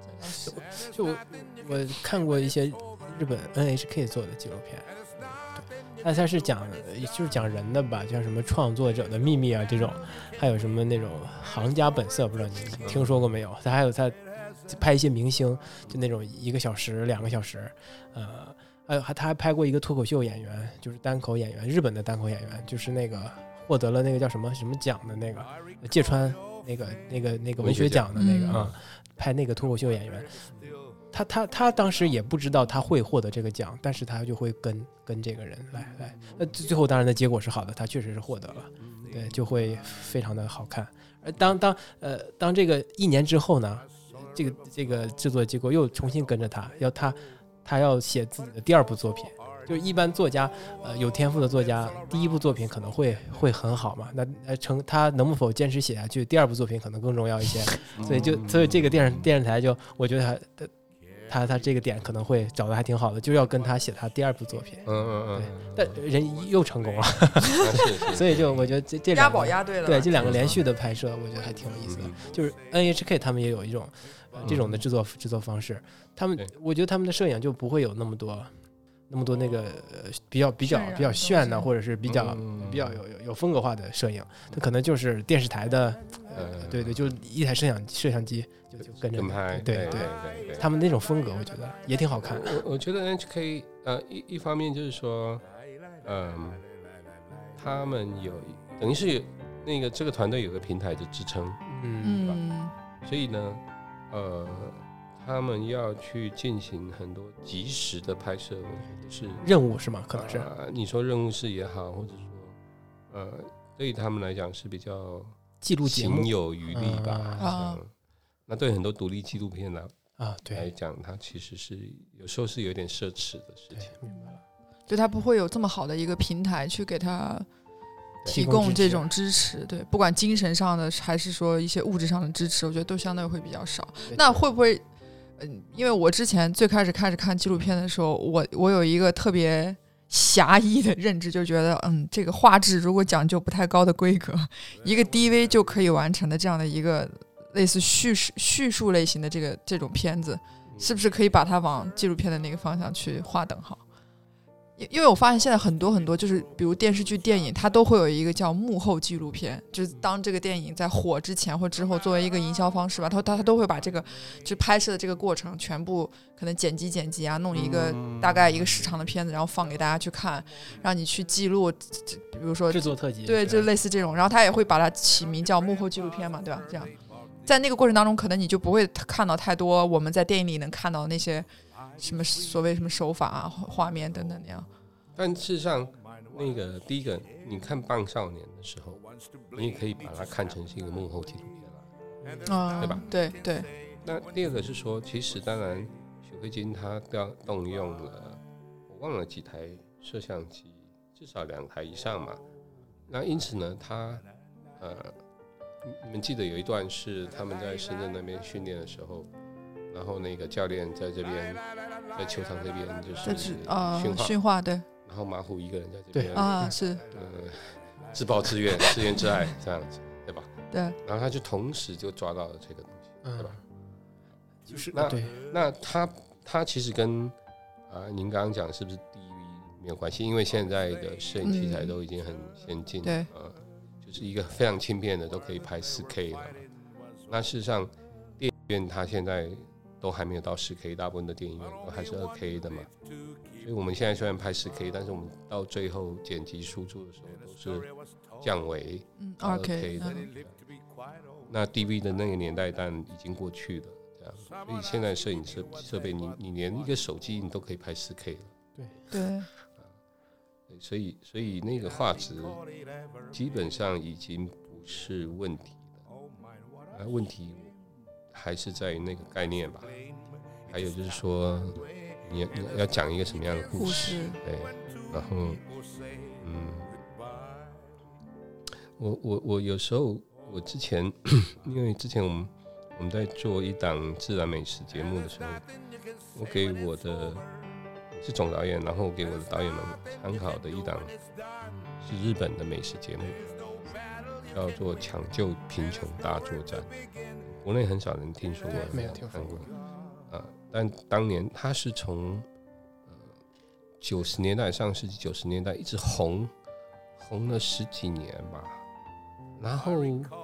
就我看过一些日本 NHK 做的纪录片，对，它是就是讲人的吧，像什么创作者的秘密啊这种，还有什么那种行家本色，不知道你听说过没有？他拍一些明星，就那种1个小时、2个小时，他还拍过一个脱口秀演员，就是单口演员，日本的单口演员，就是那个获得了那个叫什么奖的那个芥川那个文学奖的那个拍那个脱口秀演员，他当时也不知道他会获得这个奖，但是他就会跟这个人来，那最后当然的结果是好的，他确实是获得了，对，就会非常的好看。而当这个1年之后呢，这个制作机构又重新跟着他要写自己的第2部作品。就是一般作家，有天赋的作家，第1部作品可能会很好嘛，那他能否坚持写下去，第2部作品可能更重要一些。所以这个电视台就，我觉得他这个点可能会找的还挺好的，就要跟他写他第2部作品。对，但人又成功了，所以就我觉得这押宝押对了。 对，这2个连续的拍摄，我觉得还挺有意思的。就是 NHK 他们也有一种这种的制作方式，我觉得他们的摄影就不会有那么多那个比较炫的，或者是比较有风格化的摄影，它可能就是电视台的，对，就一台摄像机就跟着拍， 对，他们那种风格我觉得也挺好看。 我觉得 NHK 一方面就是说，他们等于是那个这个团队有个平台的支撑，所以呢，他们要去进行很多即时的拍摄，我觉得是任务是吗？可能是你说任务是也好，或者说对于他们来讲是比较记录节目情有余力吧。那对很多独立纪录片来讲，它其实是有时候是有点奢侈的事情。 明白了， 就他不会有这么好的一个平台去给他提供这种支持，对，不管精神上的还是说一些物质上的支持，我觉得都相对会比较少。那会不会？因为我之前最开始看纪录片的时候，我有一个特别狭义的认知，就觉得这个画质如果讲究不太高的规格，一个 DV 就可以完成的这样的一个类似叙述类型的这种片子，是不是可以把它往纪录片的那个方向去划等号？因为我发现现在很多就是比如电视剧、电影，它都会有一个叫幕后纪录片，就是当这个电影在火之前或之后，作为一个营销方式吧，它都会把这个就拍摄的这个过程全部可能剪辑啊，弄一个大概1个时长的片子，然后放给大家去看，让你去记录，比如说制作特辑， 对，就类似这种，然后他也会把它起名叫幕后纪录片嘛，对吧？这样，在那个过程当中，可能你就不会看到太多我们在电影里能看到的那些什么所谓什么手法啊、画面等等那样。 但事实上，那个第一个，你看《棒少年》的时候，你也可以把它看成是一个幕后纪录片了，对吧？ 对。 那第二个是说，其实当然，许慧金他动用了，我忘了几台摄像机，至少2台以上嘛。那因此呢，他你们记得有一段是他们在深圳那边训练的时候，然后那个教练在这边，在球场这边就是训话，对。 然后马虎一个人在这边是自暴自怨自怨自艾这样子，对吧？ 对。 然后他就同时就抓到了这个东西，对吧？ 就是那他其实跟您刚刚讲是不是 DV 没有关系？因为现在的摄影器材都已经很先进， 对， 就是一个非常轻便的都可以拍4K 了。那事实上，电影院它现在都还没有到4K， 大部分的电影院都还是2K 的嘛。所以我们现在虽然拍4K， 但是我们到最后剪辑输出的时候都是降为2K 的。那 DV 的那个年代当然已经过去了，这样。所以现在摄影设备你连一个手机你都可以拍4K 了。 对。 所以那个画质基本上已经不是问题了，问题还是在于那个概念吧。还有就是说，你要讲一个什么样的故事？对，然后，我有时候之前，因为之前我们在做一档自然美食节目的时候，我给我的是总导演，然后给我的导演们参考的一档是日本的美食节目，叫做《抢救贫穷大作战》，国内很少人听说过， 没有听说过。 但当年他是从90年代上世纪90年代一直红了10几年吧，然后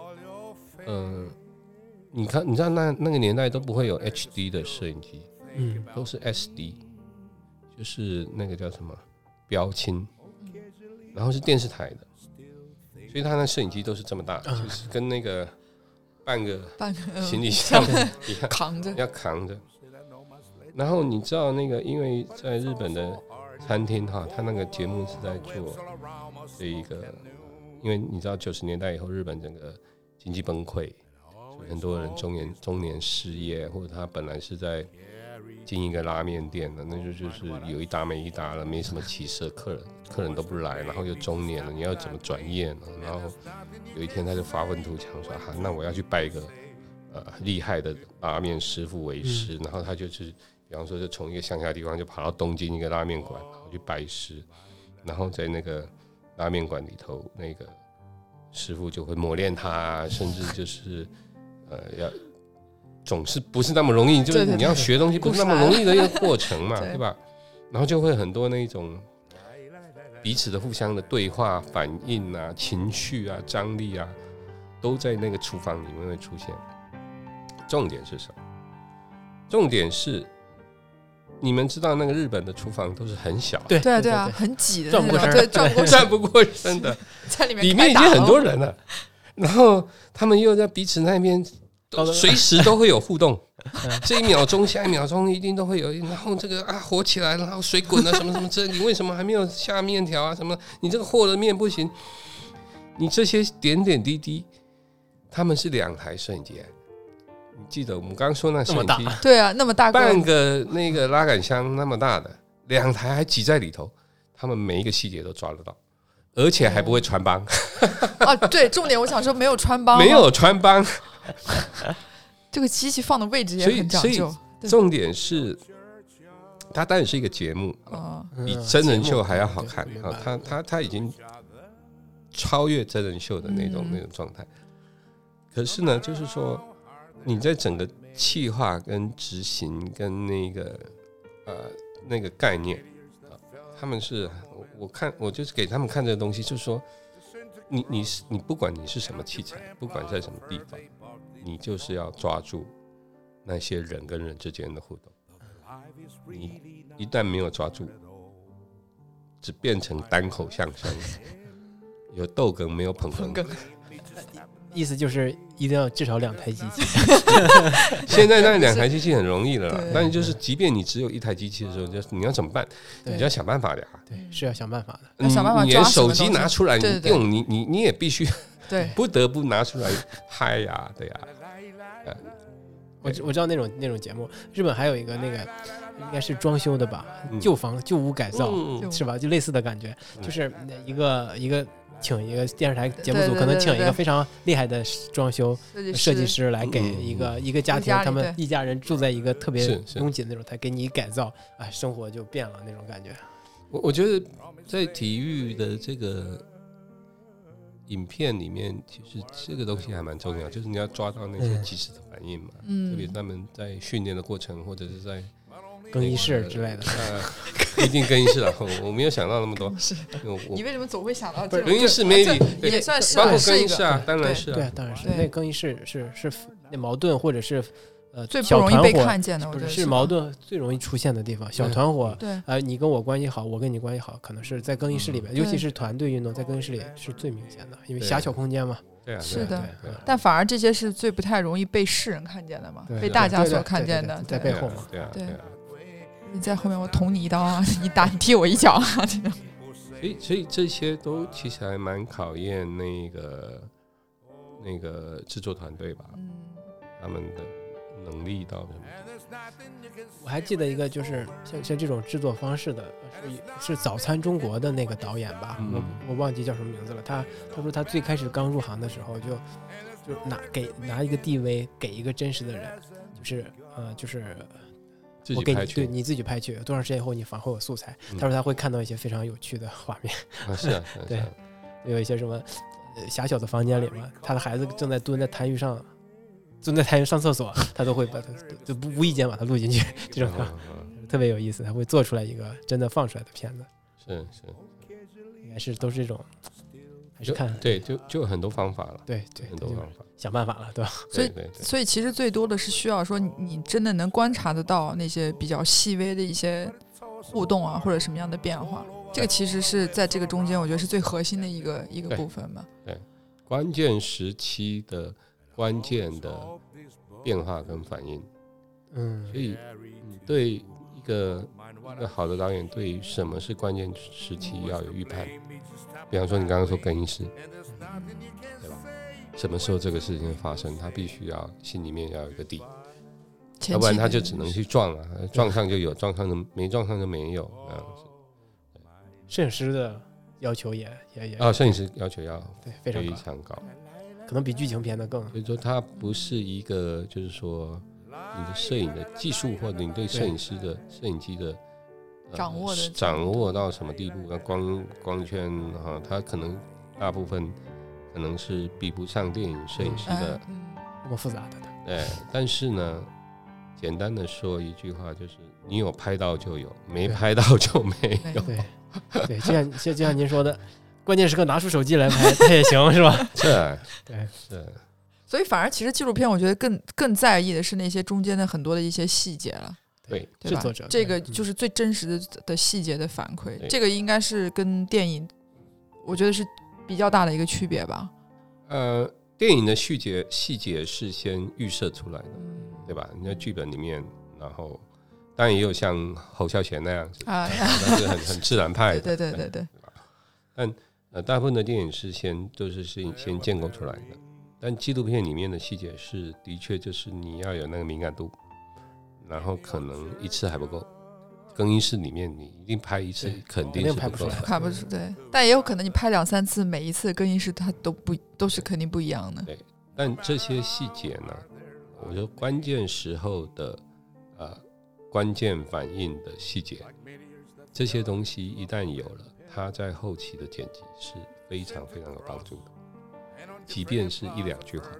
你知道那个年代都不会有 HD 的摄影机，都是 SD， 就是那个叫什么标清，然后是电视台的，所以他那摄影机都是这么大，就是跟那个半个行李箱一样要扛着。然后你知道那个，因为在日本的餐厅哈，他那个节目是在做这一个，因为你知道90年代以后日本整个经济崩溃，所以很多人中年失业，或者他本来是在经营一个拉面店的，那就是有一搭没一搭了，没什么起色，客人都不来，然后又中年了，你要怎么转业呢？然后有一天他就发愤图强说，那我要去拜一个厉害的拉面师傅为师，然后他就是比方说就从一个乡下地方就跑到东京一个拉面馆，然后去拜师，然后在那个拉面馆里头，那个师傅就会磨练他，甚至就是要总是不是那么容易，就是你要学东西不是那么容易的一个过程嘛，对吧？然后就会很多那种彼此的互相的对话、反应啊、情绪啊、张力啊，都在那个厨房里面会出现。重点是什么？重点是你们知道那个日本的厨房都是很小， 对啊，很挤的， 转不过身， 对， 转不过身的， 在里面已经很多人了，然后他们又在彼此那边随时都会有互动，这一秒钟下一秒钟一定都会有，然后这个火起来了，然后水滚了什么什么之类，你为什么还没有下面条啊？什么你这个和的面不行？你这些点点滴滴，他们是2台摄影机。你记得我们刚刚说那摄影机， 对啊，那么大半个那个拉杆箱那么大的，2台还挤在里头，他们每一个细节都抓得到，而且还不会穿帮。 对，重点我想说没有穿帮， 没有穿帮。 这个机器放的位置也很讲究。 重点是，它当然是一个节目，比真人秀还要好看。它已经超越真人秀的那种状态。可是呢，就是说你在整个企划跟执行跟那个概念，他们是我就是给他们看这个东西，就是说你不管你是什么器材，不管在什么地方，你就是要抓住那些人跟人之间的互动。你一旦没有抓住，只变成单口相声，有逗哏没有捧哏。 意思就是一定要至少2台机器。 现在那2台机器很容易了啦，但是就是即便你只有1台机器的时候，你要怎么办？你就要想办法的呀。 对，是要想办法的。 要想办法你连手机拿出来用，你也必须不得不拿出来嗨呀，对呀。 我知道那种节目，日本还有一个那个应该是装修的吧，旧屋改造，是吧？就类似的感觉，就是一个请一个电视台节目组，可能请一个非常厉害的装修设计师来给一个家庭，他们一家人住在一个特别拥挤的那种，他给你改造，生活就变了那种感觉。 我觉得在体育的这个影片里面，其实这个东西还蛮重要，就是你要抓到那些及时的反应嘛，特别他们在训练的过程，或者是在更衣室之类的， 不一定更衣室了，我没有想到那么多。 你为什么总会想到这更衣室 maybe 也算是包括更衣室啊，当然是对，当然是。那更衣室是那矛盾或者是最不容易被看见的，我觉得是矛盾最容易出现的地方。小团伙，你跟我关系好，我跟你关系好，可能是在更衣室里面，尤其是团队运动，在更衣室里是最明显的，因为狭小空间嘛。 是的，但反而这些是最不太容易被世人看见的嘛，被大家所看见的， 在背后嘛。 对。你在后面，我捅你一刀啊！你踢我一脚啊！ 所以这些都其实还蛮考验那个制作团队吧，他们的能力到什么程度。 我还记得一个，就是像这种制作方式的，是早餐中国的那个导演吧，我忘记叫什么名字了。他说他最开始刚入行的时候就拿一个 DV 给一个真实的人，就是我给你，对，你自己拍去，多长时间以后你反馈我素材。他说他会看到一些非常有趣的画面。 是啊， 对，有一些什么狭小的房间里嘛，他的孩子正在蹲在痰盂上蹲在台上上厕所，他都会把它就无意间把它录进去，这种特别有意思，他会做出来一个真的放出来的片子。 是， 应该是都是这种，还是看对，就很多方法了， 对， 很多方法， 想办法了，对吧？ 所以其实最多的是需要说你真的能观察得到那些比较细微的一些互动啊，或者什么样的变化。这个其实是在这个中间，我觉得是最核心的一个部分吧。 对，关键时期的关键的变化跟反应。所以对一个好的导演，对于什么是关键时期要有预判。比方说你刚刚说更衣室，对吧？什么时候这个事情发生，他必须要心里面要有一个底，要不然他就只能去撞啊，撞上就有，撞上就没撞上就没有这样子。 摄影师的要求也摄影师要求要对非常高， 可能比剧情片的更。 所以说它不是一个就是说你的摄影的技术或者你对摄影师的摄影机的掌握到什么地步，光圈啊，它可能大部分可能是比不上电影摄影师的那么复杂的。 对，但是呢，简单的说一句话就是，你有拍到就有，没拍到就没有。 对，就像您说的，关键时刻拿出手机来拍，它也行，是吧？ 是。 所以反而其实纪录片，我觉得更在意的是那些中间的很多的一些细节了。 对吧？制作者这个就是最真实的细节的反馈，这个应该是跟电影，我觉得是比较大的一个区别吧。 电影的细节是先预设出来的，对吧？你在剧本里面，然后当然也有像侯孝贤那样子，但是很自然派的， 对。 但大部分的电影是先建构出来的，但纪录片里面的细节是的确就是你要有那个敏感度。然后可能一次还不够，更衣室里面你一定拍一次肯定是不够的， 拍不出对，但也有可能你拍2-3次，每一次更衣室它都是肯定不一样的。 对，但这些细节呢，我说关键时候的关键反应的细节，这些东西一旦有了，它在后期的剪辑是非常非常有帮助的，即便是1-2句话。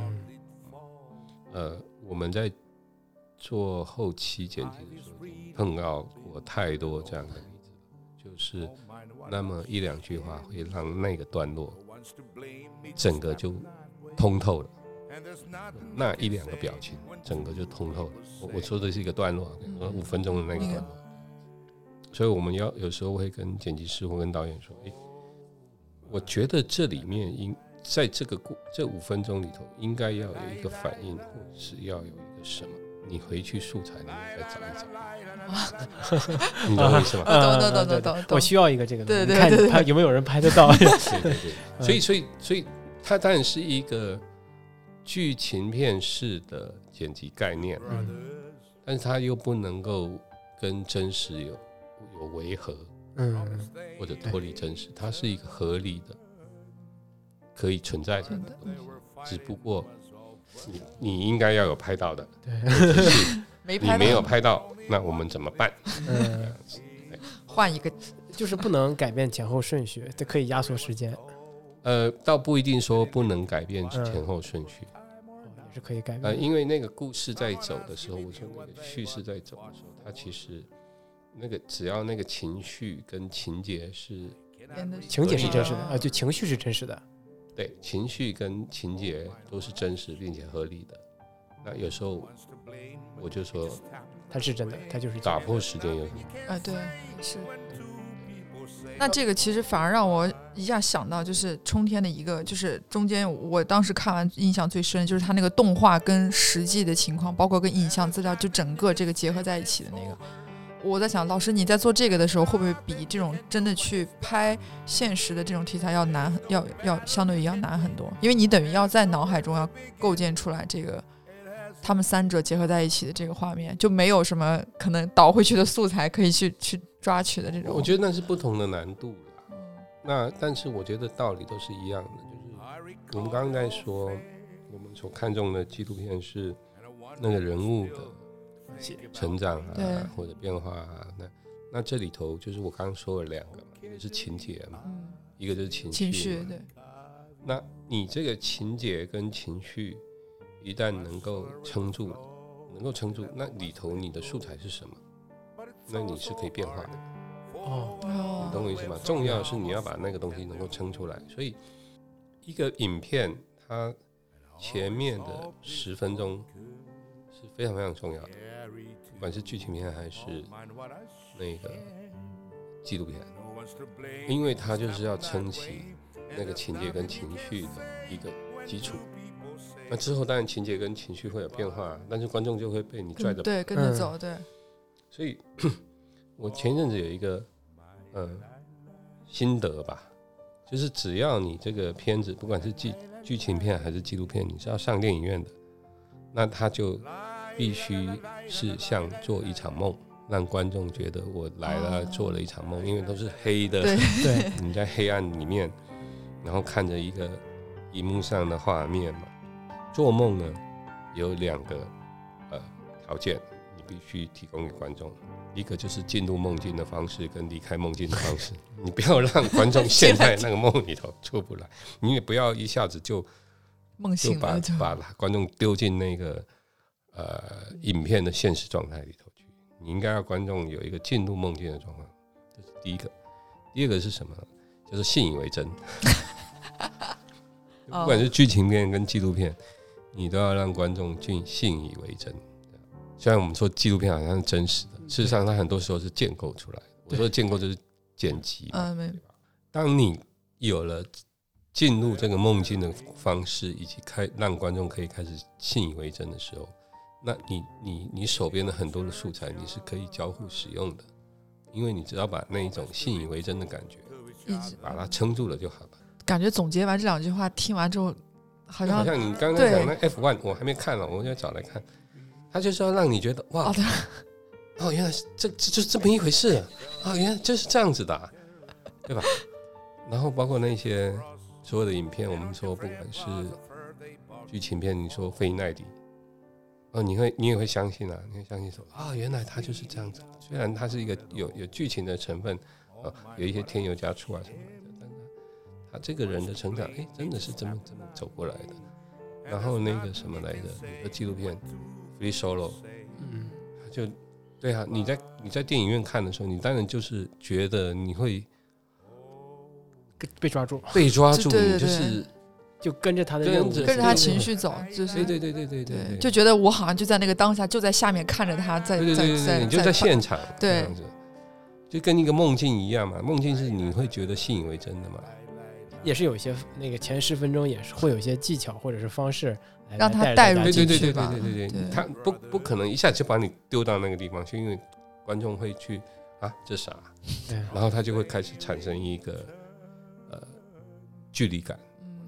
我们在做后期剪辑的时候碰到过太多这样的例子，就是那么1-2句话会让那个段落整个就通透了，那1-2个表情整个就通透了。我说的是一个段落，5分钟的那个段落，所以我们有时候会跟剪辑师或跟导演说，我觉得这里面在这5分钟里头应该要有一个反应，或者是要有一个什么，你回去素材里面再找一找。你懂我意思吗？ 懂。 我需要一个这个， 对， 看有没有人拍得到。 对，所以它当然是一个剧情片式的剪辑概念，但是它又不能够跟真实有违和，或者脱离真实，它是一个合理的。可以存在的东西，只不过你应该要有拍到的，你没有拍到，那我们怎么办？ 换一个， 就是不能改变前后顺序，这可以压缩时间。 倒不一定说不能改变前后顺序， 也是可以改变。 因为那个故事在走的时候，我说那个叙事在走的时候，它其实那个只要那个情绪跟情节是情节是真实的就情绪是真实的。 对，情绪跟情节都是真实并且合理的。那有时候我就说， 它是真的，它就是打破时间有什么？ 对，是。那这个其实反而让我一下想到，就是冲天的一个，就是中间我当时看完印象最深，就是他那个动画跟实际的情况，包括跟影像资料，就整个这个结合在一起的那个。我在想，老师你在做这个的时候，会不会比这种真的去拍现实的这种题材要难，要相对于要难很多？因为你等于要在脑海中要构建出来这个他们3者结合在一起的这个画面，就没有什么可能导回去的素材可以去抓取的这种。 我觉得那是不同的难度啦。那但是我觉得道理都是一样的，就是我们刚刚在说，我们所看重的纪录片是那个人物的成长或者变化那这里头就是我刚刚说了2个嘛，一个是情节嘛，一个就是情绪。 对。 那你这个情节跟情绪一旦能够撑住了，那里头你的素材是什么？那你是可以变化的。你懂我意思吗？重要的是你要把那个东西能够撑出来。所以一个影片它前面的10分钟是非常非常重要的，不管是剧情片还是那个纪录片，因为它就是要撑起那个情节跟情绪的一个基础。那之后当然情节跟情绪会有变化，但是观众就会被你拽着对，跟着走，对。 所以我前一阵子有一个心得吧，就是只要你这个片子不管是剧情片还是纪录片，你是要上电影院的，那它就必须是像做一场梦，让观众觉得我来了做了一场梦，因为都是黑的， 对， 你在黑暗里面，然后看着一个荧幕上的画面嘛。做梦呢有2个条件，你必须提供给观众，一个就是进入梦境的方式跟离开梦境的方式，你不要让观众陷在那个梦里头出不来，你也不要一下子就梦醒了， 把观众丢进那个影片的现实状态里头去。你应该让观众有一个进入梦境的状况，这是第一个。第二个是什么？就是信以为真。不管是剧情片跟纪录片，你都要让观众信以为真。虽然我们说纪录片好像是真实的，事实上它很多时候是建构出来的。我说的建构就是剪辑，当你有了进入这个梦境的方式，以及让观众可以开始信以为真的时候，那你手边的很多的素材你是可以交互使用的，因为你只要把那一种信以为真的感觉把它撑住了就好了。 感觉总结完这2句话，听完之后好像你刚刚讲那 F1 我还没看了，我要找来看。他就是要让你觉得哇，原来这就是这么一回事啊，原来就是这样子的对吧？然后包括那些所有的影片，我们说不管是剧情片，你说费奈迪你也会相信啊，你会相信说原来他就是这样子。虽然他是一个有剧情的成分有一些添油加醋啊什么的，但他这个人的成长真的是这么走过来的。然后那个什么来着，有个纪录片 Free Solo， 就对啊，你在电影院看的时候，你当然就是觉得你会被抓住， 对， 你就跟着他的任务， 跟着他情绪走，就是对， 就觉得我好像就在那个当下，就在下面看着他，在你就在现场， 对， 这样子，就跟一个梦境一样嘛。梦境是你会觉得信以为真的嘛。 也是有一些那个前10分钟也是会有一些技巧或者是方式让他带入进去吧。 对，他不可能一下就把你丢到那个地方去，因为观众会去这啥，然后他就会开始产生一个距离感。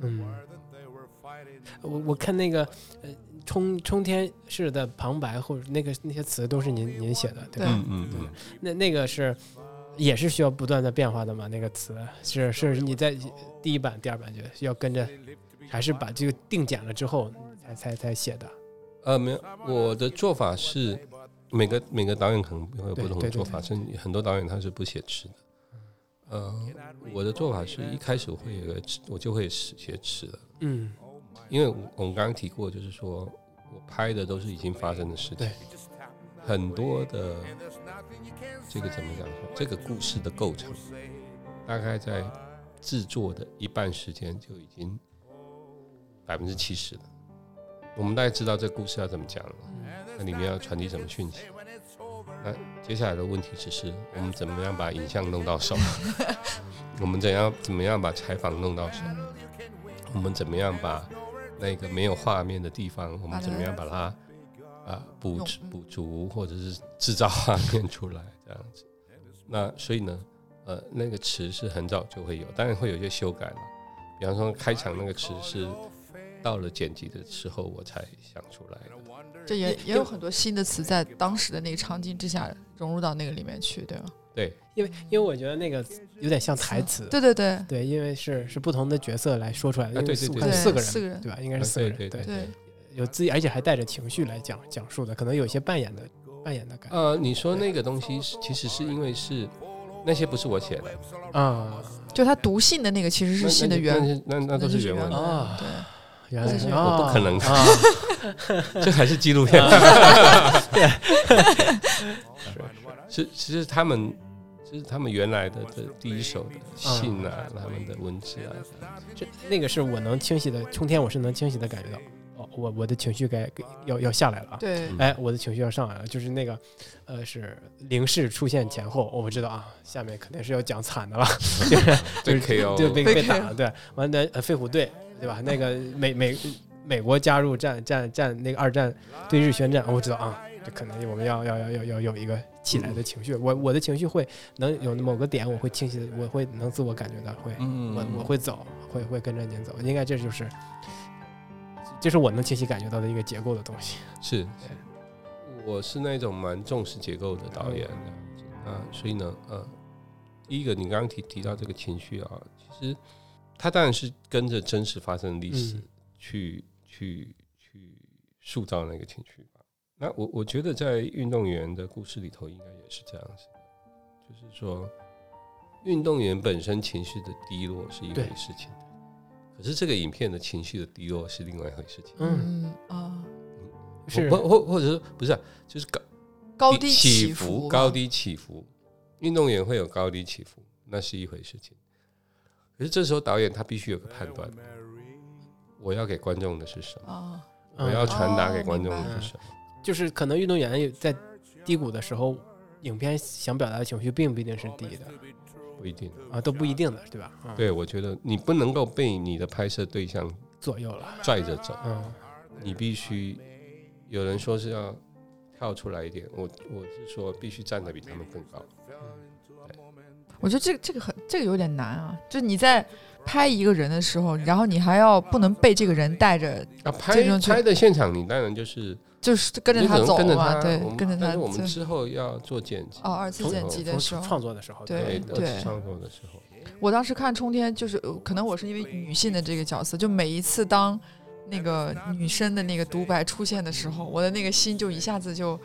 我看那个冲天式的旁白或者那些词都是您写的，对吧？那个是也是需要不断的变化的嘛？那个词是你在第1版、第2版就要跟着，还是把这个定检了之后才写的？ 没有，我的做法是每个导演可能会有不同的做法，甚至很多导演他是不写词的。我的做法是一开始我就会写词的。因为我们刚刚提过，就是说我拍的都是已经发生的事情，很多的这个怎么讲说，这个故事的构成大概在制作的一半时间就已经70%了。我们大概知道这个故事要怎么讲了，那里面要传递什么讯息。那接下来的问题只是我们怎么样把影像弄到手，我们怎么样把采访弄到手，我们怎么样把那个没有画面的地方，我们怎么样把它补足，或者是制造画面出来这样子。那所以呢，那个词是很早就会有，当然会有一些修改了。比方说开场那个词是到了剪辑的时候我才想出来的。 这也有很多新的词在当时的那个场景之下融入到那个里面去，对吧？ 对， 因为我觉得那个有点像台词。 对， 因为是不同的角色来说出来的。 对 4个人对吧？应该是4个人。 对， 有自己，而且还带着情绪来讲述的，可能有一些扮演的感觉。 你说那个东西其实是因为是那些不是我写的就他读信的那个其实是信的原文， 那都是原文对。 原来是我不可能啊， 这还是纪录片。是其实他们原来的第一手的信啊，他们的文字啊， 那个是我能清晰的，春天我是能清晰的感觉到，我的情绪要下来了啊。 对， 哎，我的情绪要上来了，就是那个，是零式出现前后，我知道啊，下面肯定是要讲惨的了， 被 KO， 就被打了，对，完了飞虎队，对吧？那个美国加入战那个二战对日宣战，我知道啊，这可能我们要有一个起来的情绪，我的情绪会能有某个点，我会清晰的，我会能自我感觉到会，我会走，会跟着您走，应该这是我能清晰感觉到的一个结构的东西。 是，我是那种蛮重视结构的导演的啊，所以呢，第一个你刚刚提到这个情绪啊，其实它当然是跟着真实发生的历史去塑造那个情绪吧。那我觉得在运动员的故事里头，应该也是这样子的，就是说，运动员本身情绪的低落是一回事情。可是这个影片的情绪的低落是另外一回事情。 是或者说不是就是高低起伏， 高低起伏，运动员会有高低起伏，那是一回事情。可是这时候导演他必须有个判断，我要给观众的是什么？我要传达给观众的是什么？ 就是可能运动员在低谷的时候，影片想表达的情绪并不一定是低的。 不一定啊，都不一定的，对吧？ 对，我觉得你不能够被你的拍摄对象左右了， 拽着走。你必须，有人说是要跳出来一点，我是说必须站得比他们更高。 我觉得这个有点难啊，就你在拍一个人的时候，然后你还要不能被这个人带着拍的现场，你当然就是跟着他走嘛，对， 跟着他。但是我们之后要做剪辑， 二次剪辑的时候， 创作的时候， 对， 创作的时候， 我当时看冲天，就是可能我是因为女性的这个角色，就每一次当那个女生的那个独白出现的时候，我的那个心就一下子就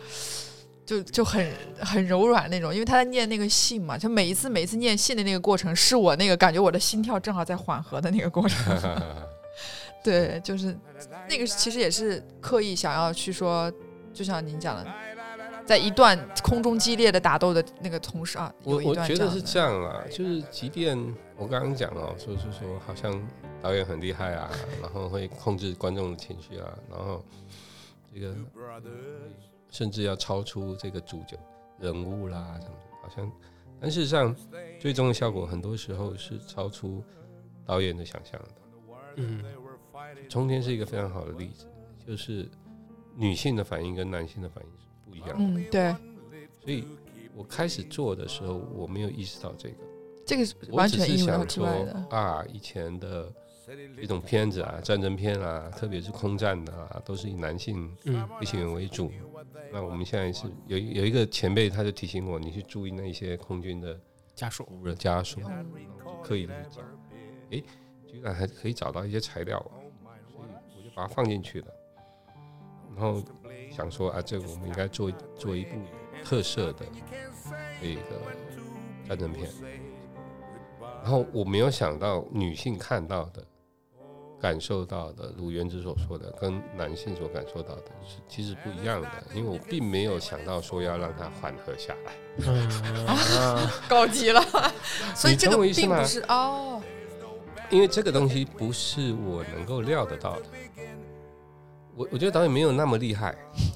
很柔软那种，因为他在念那个信嘛，就每一次念信的那个过程，是我那个感觉我的心跳正好在缓和的那个过程。对，就是那个其实也是刻意想要去说，就像您讲的，在一段空中激烈的打斗的那个同时啊， 我觉得是这样啊，就是即便我刚刚讲了，说好像导演很厉害啊，然后会控制观众的情绪啊，然后这个甚至要超出这个主角人物啦什么，好像，但事实上最终的效果很多时候是超出导演的想象的。冲天是一个非常好的例子，就是女性的反应跟男性的反应是不一样的。 对。 所以我开始做的时候，我没有意识到这个是完全意料之外的啊！以前的这种片子啊，战争片啊，特别是空战的啊，都是以男性飞行员为主。那我们现在是有一个前辈，他就提醒我，你去注意那些空军的家属， 刻意的去找，居然还可以找到一些材料，所以我就把它放进去了。然后想说啊，这个我们应该做一部特色的这个战争片。然后我没有想到女性看到的、感受到的，如原之所说的，跟男性所感受到的是其实不一样的。因为我并没有想到说要让它缓和下来。 高级了。所以这个并不是因为这个东西不是我能够料得到的。我觉得导演没有那么厉害。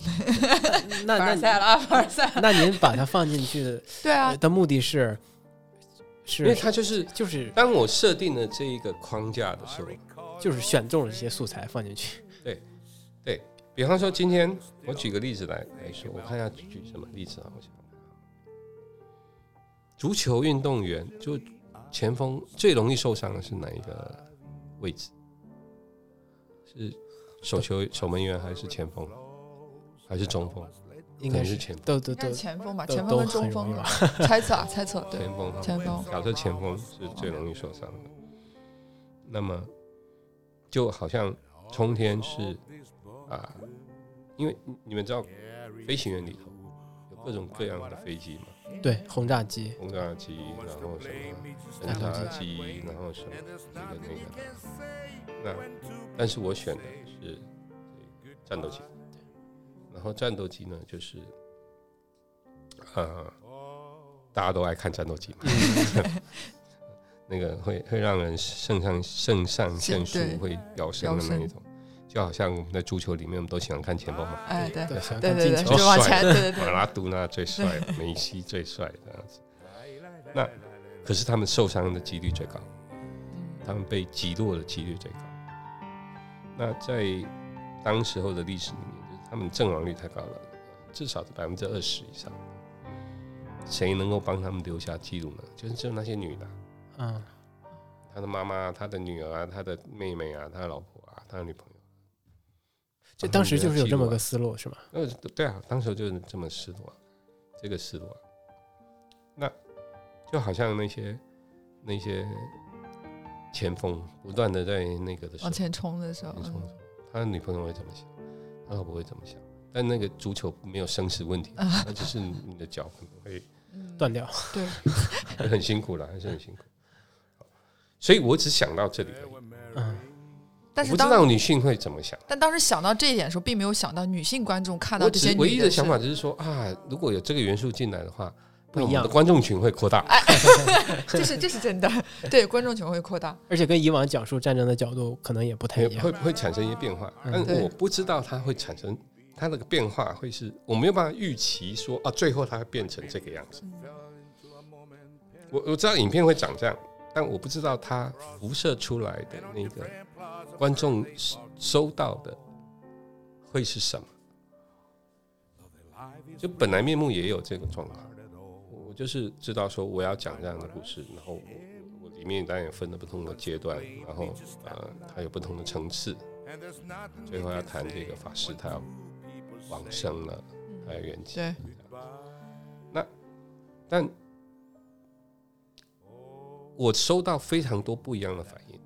那您把它放进去的， 对啊， 的目的是， 因为它就是当我设定了这一个框架的时候， 就是选中了这些素材放进去。 对，比方说今天我举个例子来说，我看一下举什么例子啊？我想足球运动员就前锋最容易受伤的是哪一个位置？是守门员还是前锋还是中锋？ 应该是前锋， 都前锋吧，前锋跟中锋吧，猜测，对，前锋， 假设前锋是最容易受伤的，那么就好像冲天是因为你们知道飞行员里头有各种各样的飞机嘛， 对，轰炸机， 然后什么侦察机，然后什么那个，那但是我选的是战斗机，然后战斗机呢就是大家都爱看战斗机嘛，那个会让人肾上腺素会飙升的那一种，就好像我们在足球里面我们都喜欢看前锋嘛， 哎对对对，就往前，对， 马拉多纳最帅，梅西最帅这样子。那可是他们受伤的几率最高，他们被击落的几率最高。那在当时候的历史里面，就是他们阵亡率太高了，至少是20%以上。谁能够帮他们留下记录呢？就是只有那些女的，他的妈妈、他的女儿啊、他的妹妹啊、他的老婆啊、他的女朋友。 就当时就是有这么个思路是吧？ 对啊，当时就是这么思路啊，这个思路啊。那就好像那些前锋不断的在那个的时候往前冲的时候， 他的女朋友会怎么想？他老婆会怎么想？但那个足球没有生死问题，那就是你的脚可能会断掉， 对， 很辛苦了，还是很辛苦。所以我只想到这里而已。 但是不知道女性会怎么想。 但当时想到这一点的时候，并没有想到女性观众看到这些女的， 唯一的想法就是说啊，如果有这个元素进来的话， 不一样， 我们的观众群会扩大。 这是真的，对，观众群会扩大， 而且跟以往讲述战争的角度可能也不太一样， 会产生一些变化。但我不知道它会产生，它那个变化会是我没有办法预期说啊，最后它会变成这个样子。我知道影片会长这样，但我不知道它辐射出来的那个观众收到的会是什么。就本来面目也有这个状况，我就是知道说我要讲这样的故事，然后我里面当然也分了不同的阶段，然后它有不同的层次，最后要谈这个法师他要往生了，他要圆寂。 对， 但我收到非常多不一样的反应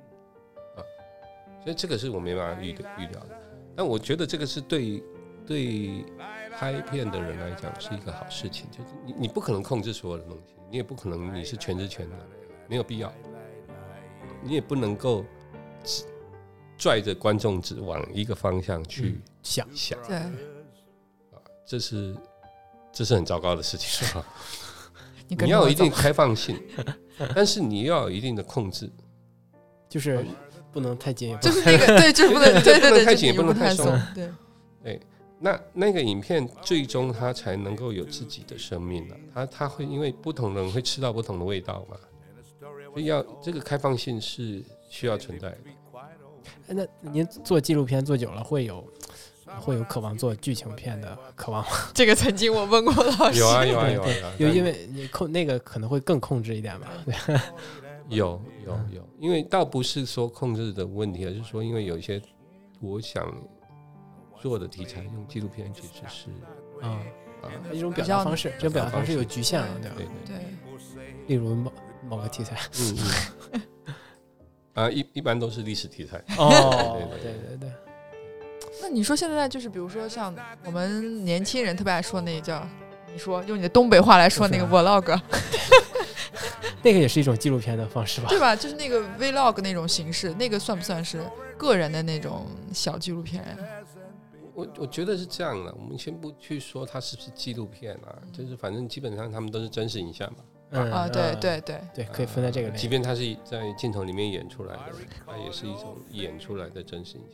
所以这个是我没办法预料的。但我觉得这个是对拍片的人来讲是一个好事情，就是你不可能控制所有的东西，你也不可能你是全知全能，没有必要，你也不能够拽着观众只往一个方向去想， 对， 这是很糟糕的事情你要有一定开放性，但是你要有一定的控制， 就是不能太紧， 就是那个对，就是不能对， 不能太紧，也不能太松， 对。那个影片最终它才能够有自己的生命了，它会因为不同人会吃到不同的味道嘛，所以这个开放性是需要存在的。 那您做纪录片做久了，会有渴望做剧情片的渴望吗？ 这个曾经我问过老师， 有啊， 因为你那个可能会更控制一点吧。 有，因为倒不是说控制的问题，而是说因为有一些我想做的题材用纪录片其实是一种表达方式，这种表达方式有局限了， 对。 例如某个题材， 一般都是历史题材。 对。 那你说现在就是比如说像我们年轻人特别爱说那叫，你说用你的东北话来说那个 vlog， 那个也是一种纪录片的方式吧？ 对吧？就是那个 vlog 那种形式，那个算不算是个人的那种小纪录片？ 我觉得是这样的，我们先不去说它是不是纪录片就是反正基本上他们都是真实影像嘛。 对， 可以分在这个类。 即便它是在镜头里面演出来的，它也是一种演出来的真实影像。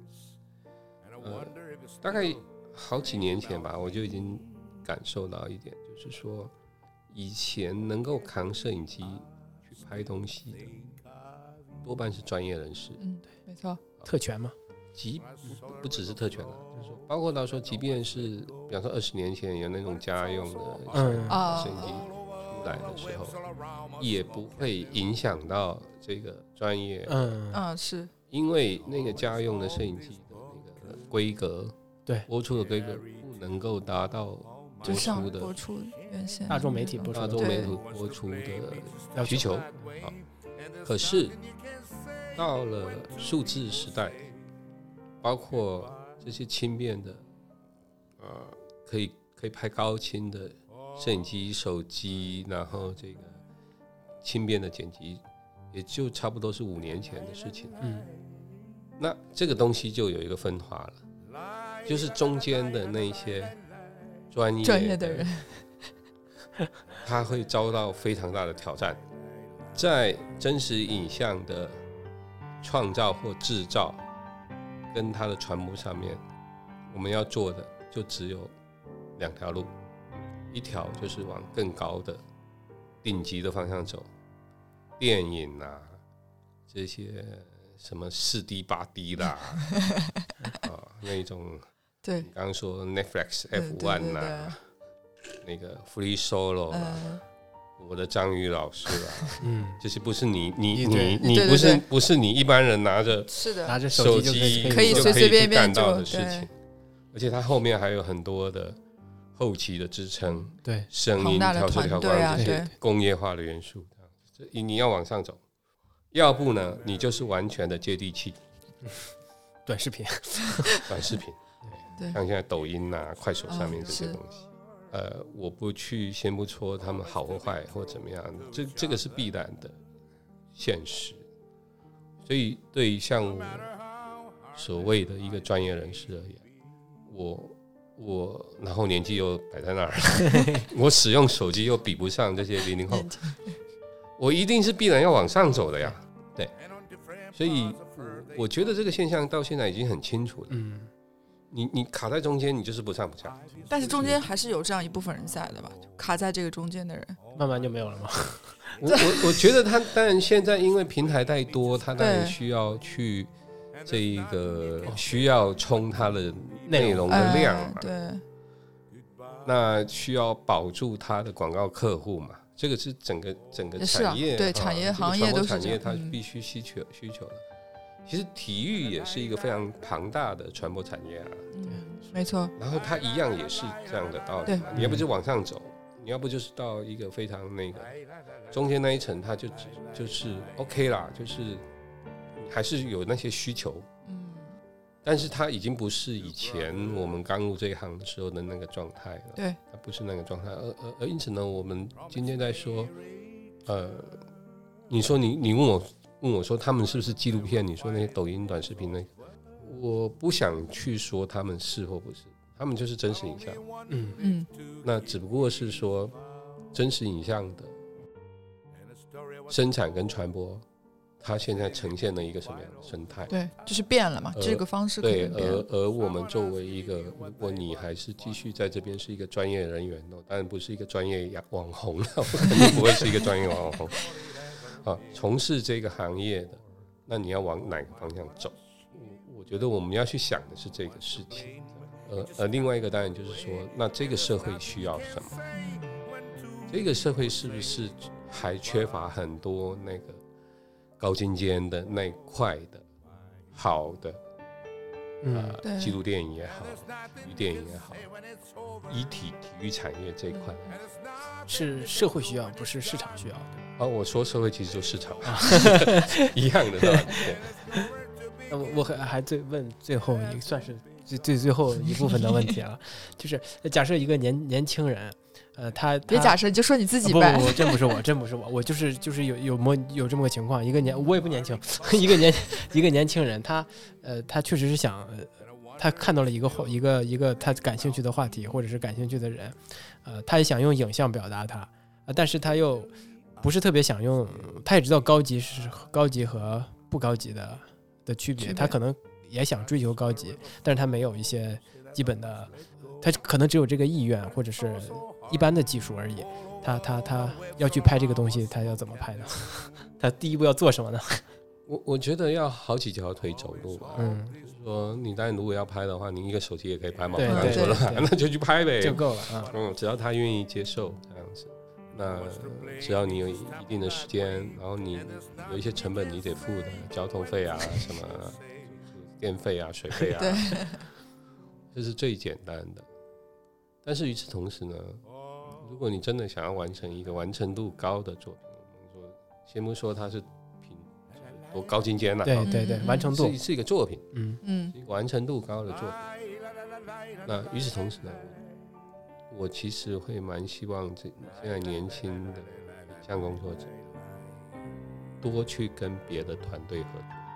大概好几年前吧，我就已经感受到一点，就是说以前能够扛摄影机去拍东西的，多半是专业人士。 对，没错。 特权吗？ 不只是特权了，就是说包括到说，即便是比方说20年前有那种家用的摄影机出来的时候，也不会影响到这个专业。 是因为那个家用的摄影机的那个规格， 对， 播出的规格不能够达到播出原先大众媒体播出的需求。可是到了数字时代，包括这些轻便的可以拍高清的摄影机、手机，然后这个轻便的剪辑，也就差不多是5年前的事情。 那这个东西就有一个分化了，就是中间的那些专业的人，他会遭到非常大的挑战。在真实影像的创造或制造跟它的传播上面，我们要做的就只有2条路，一条就是往更高的顶级的方向走，电影啊，这些什么4D 8D 啦那种， 对， 你刚刚说 Netflix F1 啦，那个 Free Solo 啦，我的章鱼老师啊，就是不是你不是你一般人拿着手机可以随随便便干到的事情，而且它后面还有很多的后期的支撑， 对， 声音、调色、调光这些工业化的元素，你要往上走，要不呢，你就是完全的接地气， 短视频， 对， 像现在抖音啊、快手上面这些东西。我不去先不说他们好或坏或怎么样，这个是必然的现实。所以对于像我所谓的一个专业人士而言，我然后年纪又摆在那儿，我使用手机又比不上这些00后，我一定是必然要往上走的呀。对，所以我觉得这个现象到现在已经很清楚了。你卡在中间，你就是不上不下。 但是中间还是有这样一部分人在的吧？卡在这个中间的人， 慢慢就没有了吗？ 我觉得他当然现在因为平台太多，他当然需要去这一个需要冲他的内容的量嘛。 对。 那需要保住他的广告客户嘛？这个是整个产业， 对产业行业都是产业，它必须需求的。其实体育也是一个非常庞大的传播产业啊， 没错。 然后它一样也是这样的道理嘛，你要不就往上走，你要不就是到一个非常那个中间那一层，它就是 OK 啦，就是还是有那些需求，但是它已经不是以前我们刚入这一行的时候的那个状态了， 对， 它不是那个状态，而因此呢，我们今天在说，你说你问我说他们是不是纪录片？你说那些抖音短视频那个，我不想去说他们是或不是，他们就是真实影像。那只不过是说真实影像的生产跟传播，它现在呈现了一个什么样的生态？ 对，就是变了嘛，这个方式可能变了。 而我们作为一个，如果你还是继续在这边是一个专业人员，当然不是一个专业网红了，我肯定不会是一个专业网红。从事这个行业的，那你要往哪个方向走？我觉得我们要去想的是这个事情。另外一个当然就是说，那这个社会需要什么？这个社会是不是还缺乏很多那个高精尖的那一块的好的纪录电影也好，体育电影也好，体育产业这一块是社会需要，不是市场需要的。 我说社会其实就市场一样的道理。 那我还问最后一个算是最后一部分的问题啊，就是假设一个年轻人，他别假设，你就说你自己呗。 不，真不是我，我就是有这么个情况，我也不年轻，一个年轻人，他确实是想，他看到了一个他感兴趣的话题或者是感兴趣的人，他也想用影像表达他，但是他又不是特别想用，他也知道高级和不高级的区别，他可能也想追求高级，但是他没有一些基本的，他可能只有这个意愿或者是一般的技术而已。他要去拍这个东西，他要怎么拍呢？他第一步要做什么呢？ 我觉得要好几条腿走路吧。就是说你当然如果要拍的话，你一个手机也可以拍嘛，我刚刚说了，那就去拍呗， 就够了。 只要他愿意接受这样子。那只要你有一定的时间，然后你有一些成本你得付的，交通费啊，什么电费啊、水费啊，这是最简单的。但是与此同时呢，如果你真的想要完成一个完成度高的作品，我们说先不说它是多高精尖了， 对，完成度是一个作品，是一个完成度高的作品。那与此同时呢，我其实会蛮希望现在年轻的影像工作者多去跟别的团队合作，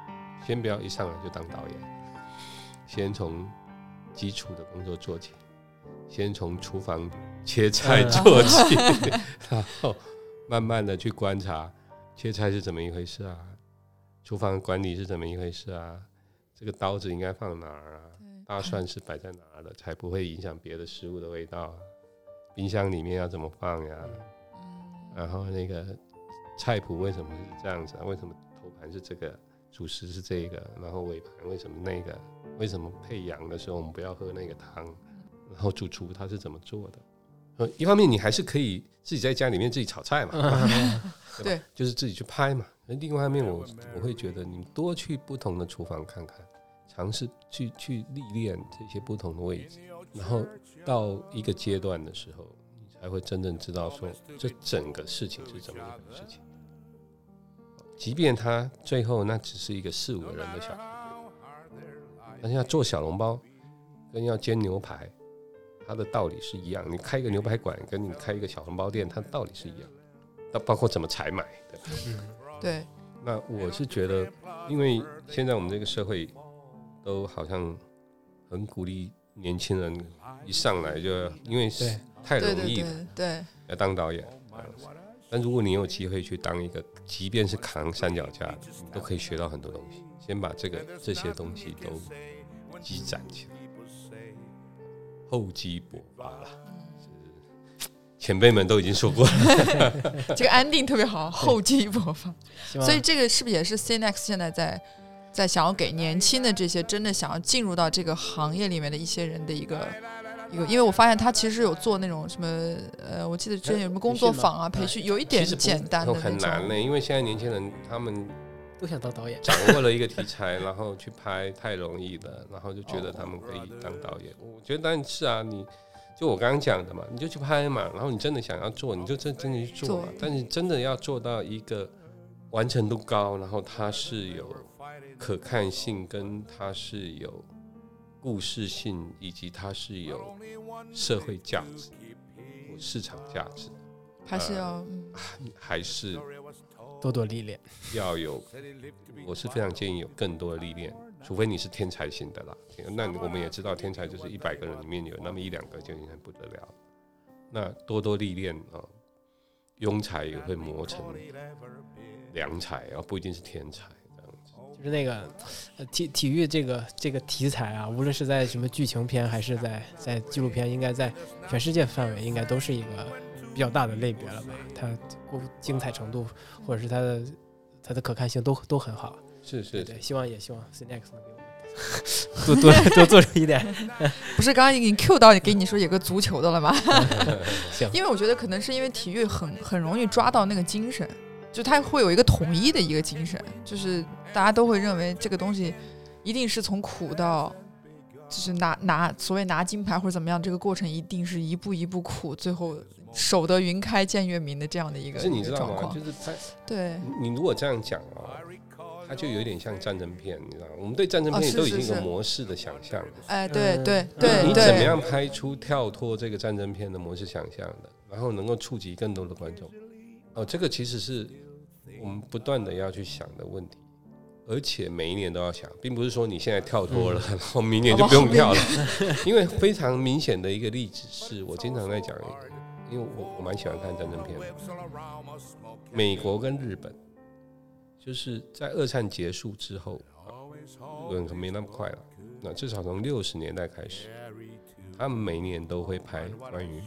先不要一上来就当导演，先从基础的工作做起，先从厨房切菜做起，然后慢慢的去观察切菜是怎么一回事啊，厨房管理是怎么一回事啊，这个刀子应该放哪儿啊，大蒜是摆在哪儿的，才不会影响别的食物的味道啊，冰箱里面要怎么放呀，然后那个菜谱为什么是这样子啊，为什么头盘是这个，主食是这个，然后尾盘为什么那个，为什么配羊的时候我们不要喝那个汤，然后主厨他是怎么做的。一方面你还是可以自己在家里面自己炒菜嘛，对吧，就是自己去拍嘛。另外一方面我会觉得你多去不同的厨房看看，尝试去历练这些不同的位置，然后到一个阶段的时候你才会真正知道说这整个事情是怎么一个事情。即便他最后那只是一个4-5个人的小团队，但是要做小笼包跟要煎牛排它的道理是一样，你开一个牛排馆跟你开一个小笼包店它的道理是一样的，包括怎么采买，对吧？ 对。 那我是觉得因为现在我们这个社会都好像很鼓励年轻人一上来就因为太容易了， 对， 要当导演，但如果你有机会去当一个即便是扛三脚架你都可以学到很多东西，先把这些东西都积攒起来，厚积薄发了，前辈们都已经说过了。 这个安定特别好，厚积薄发。所以这个是不是也是 CNEX 现在在想要给年轻的这些真的想要进入到这个行业里面的一些人的一个，因为我发现他其实有做那种什么我记得之前有什么工作坊啊培训，有一点简单的那种， 很难呢，因为现在年轻人他们都想当导演， 掌握了一个题材然后去拍太容易了，然后就觉得他们可以当导演。我觉得当然是啊，你就我刚刚讲的嘛，你就去拍嘛，然后你真的想要做你就真的去做嘛，但是真的要做到一个完成度高，然后它是有可看性，跟它是有故事性，以及它是有社会价值或市场价值， 还是要还是多历练， 要有。我是非常建议有更多的历练，除非你是天才型的啦。那我们也知道，天才就是100个人里面有那么1-2个就已经很不得了。那多历练啊，庸才也会磨成良才，不一定是天才。 就是那个体育这个题材啊，无论是在什么剧情片还是在纪录片，应该在全世界范围应该都是一个比较大的类别了吧？它精彩程度或者是它的可看性都很好。 是， 对，希望 CNEX 能给我们多做出一点。 不是刚刚已经 Q 到给你说有个足球的了吗？ 行， 因为我觉得可能是因为体育很容易抓到那个精神。就它会有一个统一的一个精神，就是大家都会认为这个东西一定是从苦到，就是所谓拿金牌或者怎么样，这个过程一定是一步一步苦，最后守得云开见月明的这样的一个你知道状况。 就是对， 你如果这样讲啊，它就有点像战争片，你知道吗？我们对战争片都已经有模式的想象。 对， 你怎么样拍出跳脱这个战争片的模式想象的，然后能够触及更多的观众？这个其实是我们不断的要去想的问题，而且每一年都要想，并不是说你现在跳脱了，然后明年就不用跳了。因为非常明显的一个例子是我经常在讲，因为我蛮喜欢看战争片的，美国跟日本，就是在2战结束之后，日本可没那么快了，那至少从60年代开始，他们每年都会拍关于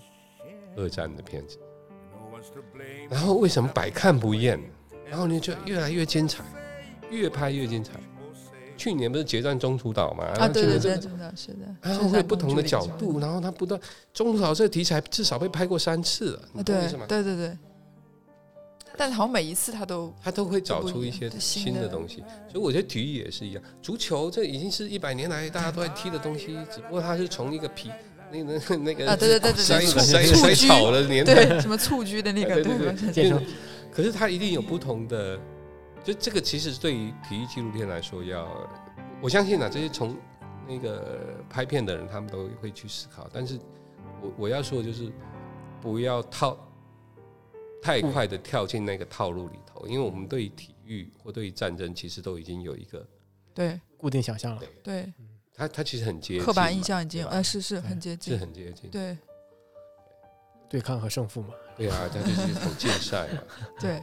2战的片子。然后为什么百看不厌？然后你就越来越精彩，越拍越精彩。去年不是决战中途岛嘛？ 对，是的。 然后会不同的角度，然后他不断中途岛这个题材至少被拍过3次了， 对。但好像每一次他都会找出一些新的东西，所以我觉得体育也是一样。足球这已经是100年来大家都在踢的东西，只不过它是从一个那个对草的年代， 对什么蹴鞠的那个对，可是它一定有不同的，就这个其实对于体育纪录片来说我相信这些从那个拍片的人他们都会去思考，但是我要说的就是不要太快的跳进那个套路里头，因为我们对于体育或对于战争其实都已经有一个对固定想象了。 对， 他其实很接近嘛， 刻板印象已经对吧是很接是近， 很接近。 对对抗和胜负嘛。 对啊，他就是一种竞赛嘛。 对，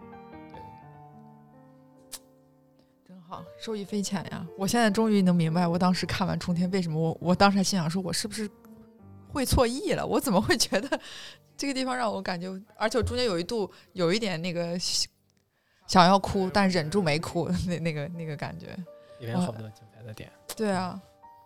真好，受益匪浅呀！我现在终于能明白，我当时看完《冲天》为什么我当时还心想说，我是不是会错意了？我怎么会觉得这个地方让我感觉，而且我中间有一度有一点那个想要哭，但忍住没哭，那个感觉。 里面有好多精彩的点， 对啊，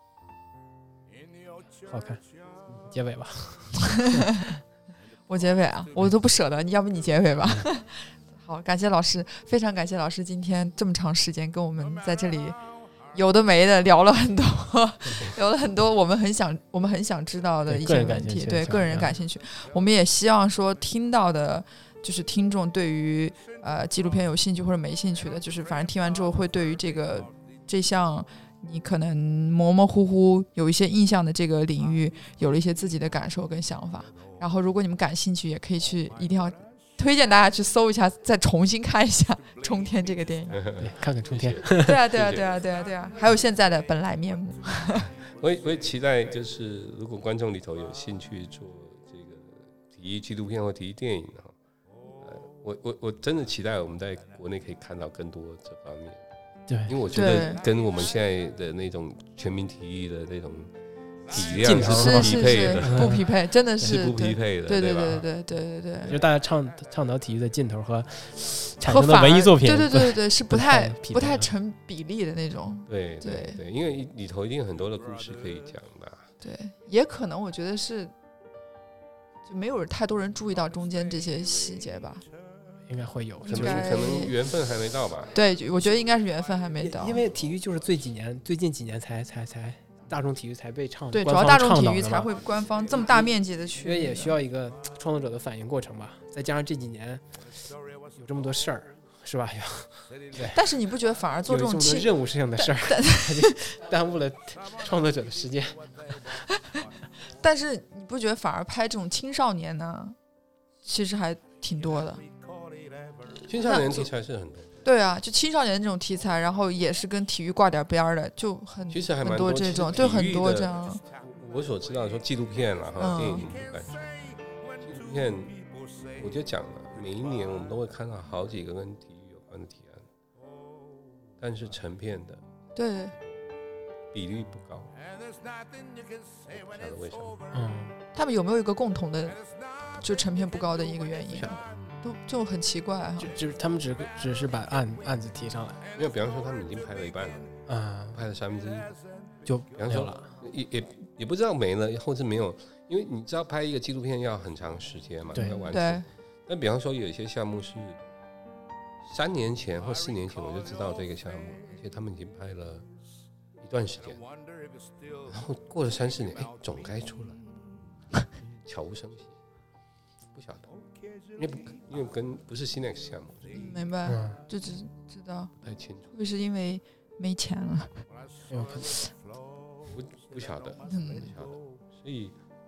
好看。结尾吧。 我结尾啊，我都不舍得，要不你结尾吧。好，感谢老师，非常感谢老师今天这么长时间跟我们在这里有的没的聊了很多，聊了很多我们很想知道的一些问题，对个人感兴趣。我们也希望说听到的就是听众对于纪录片有兴趣或者没兴趣的，就是反正听完之后会对于这项你可能模模糊糊有一些印象的这个领域有了一些自己的感受跟想法。然后如果你们感兴趣也可以去，一定要推荐大家去搜一下，再重新看一下《冲天》这个电影。 对，看看《冲天》。 对啊，还有现在的本来面目。 我也期待，就是如果观众里头有兴趣做这个体育纪录片或体育电影我真的期待我们在国内可以看到更多这方面。 对， 因为我觉得跟我们现在的那种全民体育的那种体量是不匹配的， 不匹配，真的是不匹配的， 对吧？ 对， 就大家倡导体育的劲头和产生的文艺作品， 对，是不太成比例的那种。 对，因为里头一定有很多的故事可以讲的。 对，也可能我觉得是就没有太多人注意到中间这些细节吧。 应该会有， 可能缘分还没到吧？ 对，我觉得应该是缘分还没到， 因为体育就是最近几年才大众体育才被对，主要大众体育才会官方这么大面积的去， 因为也需要一个创作者的反应过程吧，再加上这几年有这么多事儿，是吧？对。 但是你不觉得反而做这种任务性的事儿，耽误了创作者的时间？ 但是你不觉得反而拍这种青少年呢，其实还挺多的？ 青少年题材是很多。 对啊，就青少年这种题材，然后也是跟体育挂点边的，就其实还蛮多这种，对，很多这样。 我所知道说纪录片啦，电影不敢说。纪录片我就讲了，每一年我们都会看到好几个跟体育有关的提案，但是成片的对比率不高，我不晓得为什么。 他们有没有一个共同的，就成片不高的一个原因？就很奇怪哈， 他们只是把案子提上来， 因为比方说他们已经拍了一半了，拍了1/3， 就比方说也不知道没了，或是没有，因为你知道拍一个纪录片要很长时间嘛，要完成。那比方说有一些项目是3年前或4年前我就知道这个项目，而且他们已经拍了一段时间，然后过了3-4年，总该出来，悄无声息，不晓得。因为跟不是 Cinex 项目， 明白，就只知道不太清楚， 会不会是因为没钱了？ 有可能， 不晓得，不晓得，所以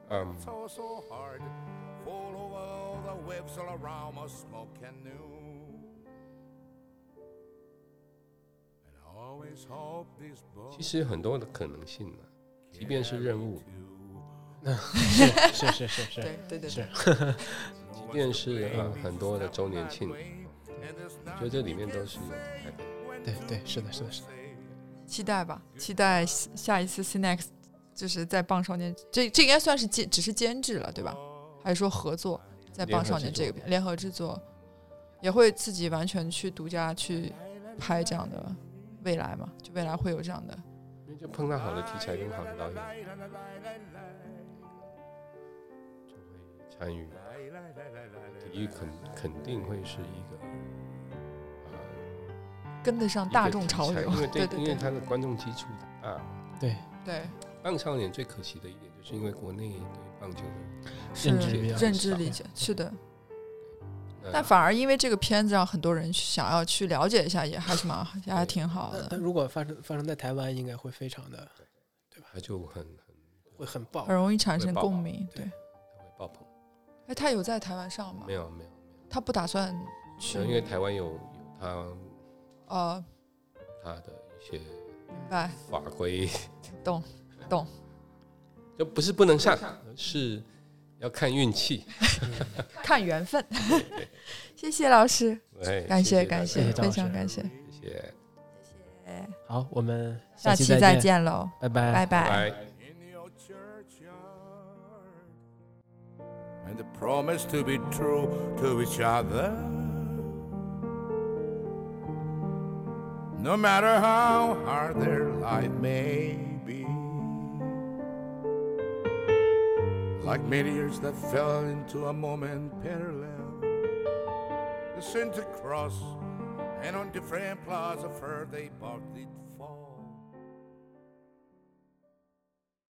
其实很多的可能性呢，即便是任务， 是， 对， 即便是很多的周年庆，我觉得这里面都是有彩蛋。 对，是的。 期待吧，期待下一次 Cinex 就是在棒少年，这应该算是只是监制了，对吧？还是说合作在棒少年这个联合制作，也会自己完全去独家去拍这样的未来嘛？就未来会有这样的， 因为就碰到好的题材跟好的导演，就会参与。体育肯定会是一个跟得上大众潮流， 因为它的观众基础大。 对。 棒少年最可惜的一点，就是因为国内对棒球的认知理解是的，但反而因为这个片子让很多人想要去了解一下，也还是还挺好的。 但如果发生在台湾，应该会非常的，对吧？ 它就会很爆， 很容易产生共鸣，对， 它会爆棚。 他有在台湾上吗？ 没有， 他不打算去， 因为台湾有他的一些明白， 法规， 懂， 就不是不能上，是要看运气。 看缘分。谢谢老师，感谢大家谢谢张老师非常感谢。 谢谢， 好，我们下期再见喽， 拜拜， 拜拜。 拜。 in your churchyard, and the promise to be true to each other. No matter how hard their life may be, like meteors that fell into a moment parallel, they sent across, and on different plots of earth they parted.